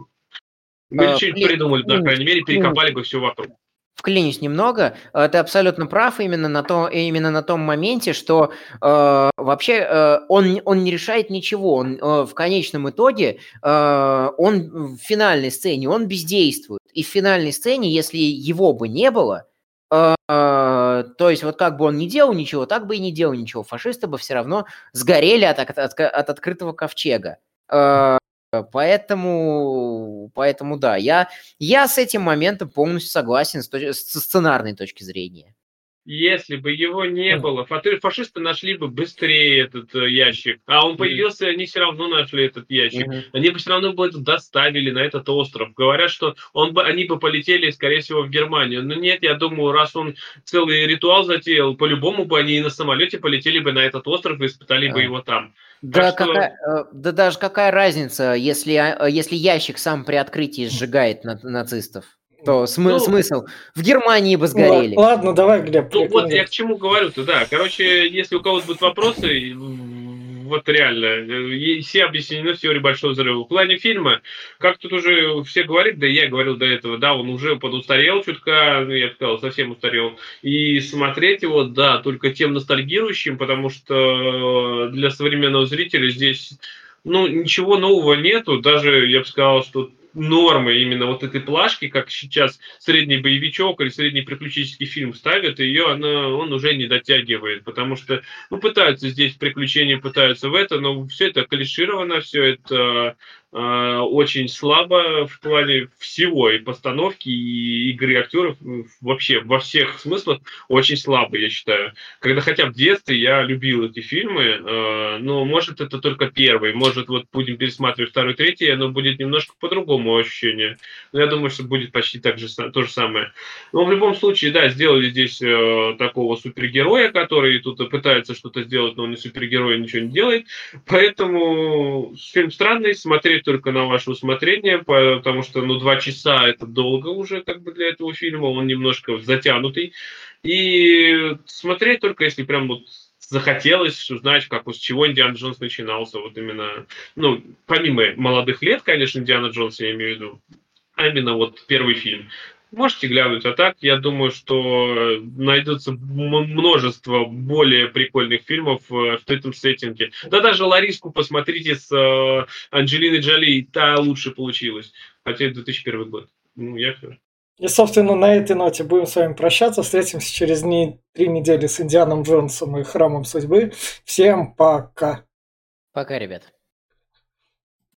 Мы а, что-нибудь придумали, по крайней мере, перекопали бы все вокруг. Вклинюсь немного. Ты абсолютно прав именно на, то, именно на том моменте, что э, вообще э, он, он не решает ничего. Он, э, в конечном итоге э, он в финальной сцене он бездействует. И в финальной сцене, если его бы не было, э, э, то есть вот как бы он не делал ничего, так бы и не делал ничего, фашисты бы все равно сгорели от, от, от, от открытого ковчега. Э, Поэтому, поэтому да, я, я с этим моментом полностью согласен с, точ- со сценарной точки зрения. Если бы его не было, фашисты нашли бы быстрее этот э, ящик, а он появился, mm-hmm. они все равно нашли этот ящик. Mm-hmm. Они бы все равно бы это доставили на этот остров. Говорят, что он бы, они бы полетели, скорее всего, в Германию. Но нет, я думаю, раз он целый ритуал затеял, по-любому бы они и на самолете полетели бы на этот остров и испытали ah. бы его там. Да, что... какая, да даже какая разница, если, если ящик сам при открытии сжигает на, нацистов? То смы- ну, смысл? В Германии бы сгорели. Ладно, давай, Глеб. Ну вот я к чему говорю-то, да. Короче, если у кого-то будут вопросы, вот реально, и все объяснены в теории большого взрыва. В плане фильма, как тут уже все говорят, да и я говорил до этого, да, он уже подустарел чутка, я бы сказал, совсем устарел. И смотреть его, да, только тем ностальгирующим, потому что для современного зрителя здесь, ну, ничего нового нету, даже, я бы сказал, что нормы именно вот этой плашки, как сейчас средний боевичок или средний приключенческий фильм ставят, ее она, он уже не дотягивает, потому что, ну, пытаются здесь приключения, пытаются в это, но все это клишировано, все это э, очень слабо в плане всего, и постановки, и игры актеров, вообще во всех смыслах очень слабо, я считаю. Когда хотя в детстве я любил эти фильмы, э, но может это только первый, может вот будем пересматривать второй, третий, оно будет немножко по-другому ощущение. Но я думаю, что будет почти так же, то же самое. Но в любом случае, да, сделали здесь э, такого супергероя, который тут пытается что-то сделать, но он не супергерой, ничего не делает. Поэтому фильм странный, смотреть только на ваше усмотрение, потому что, ну, два часа это долго уже как бы для этого фильма, он немножко затянутый. И смотреть только если прям вот захотелось узнать, как, с чего Индиана Джонс начинался, вот именно, ну, помимо молодых лет, конечно, Индиана Джонс, я имею в виду, а именно вот первый фильм. Можете глянуть, а так, я думаю, что найдется множество более прикольных фильмов в этом сеттинге. Да даже Лариску посмотрите с Анджелиной Джоли, та лучше получилась. Хотя это две тысячи первый год. Ну, я все. И, собственно, на этой ноте будем с вами прощаться. Встретимся через не... три недели с Индианом Джонсом и Храмом Судьбы. Всем пока. Пока, ребят.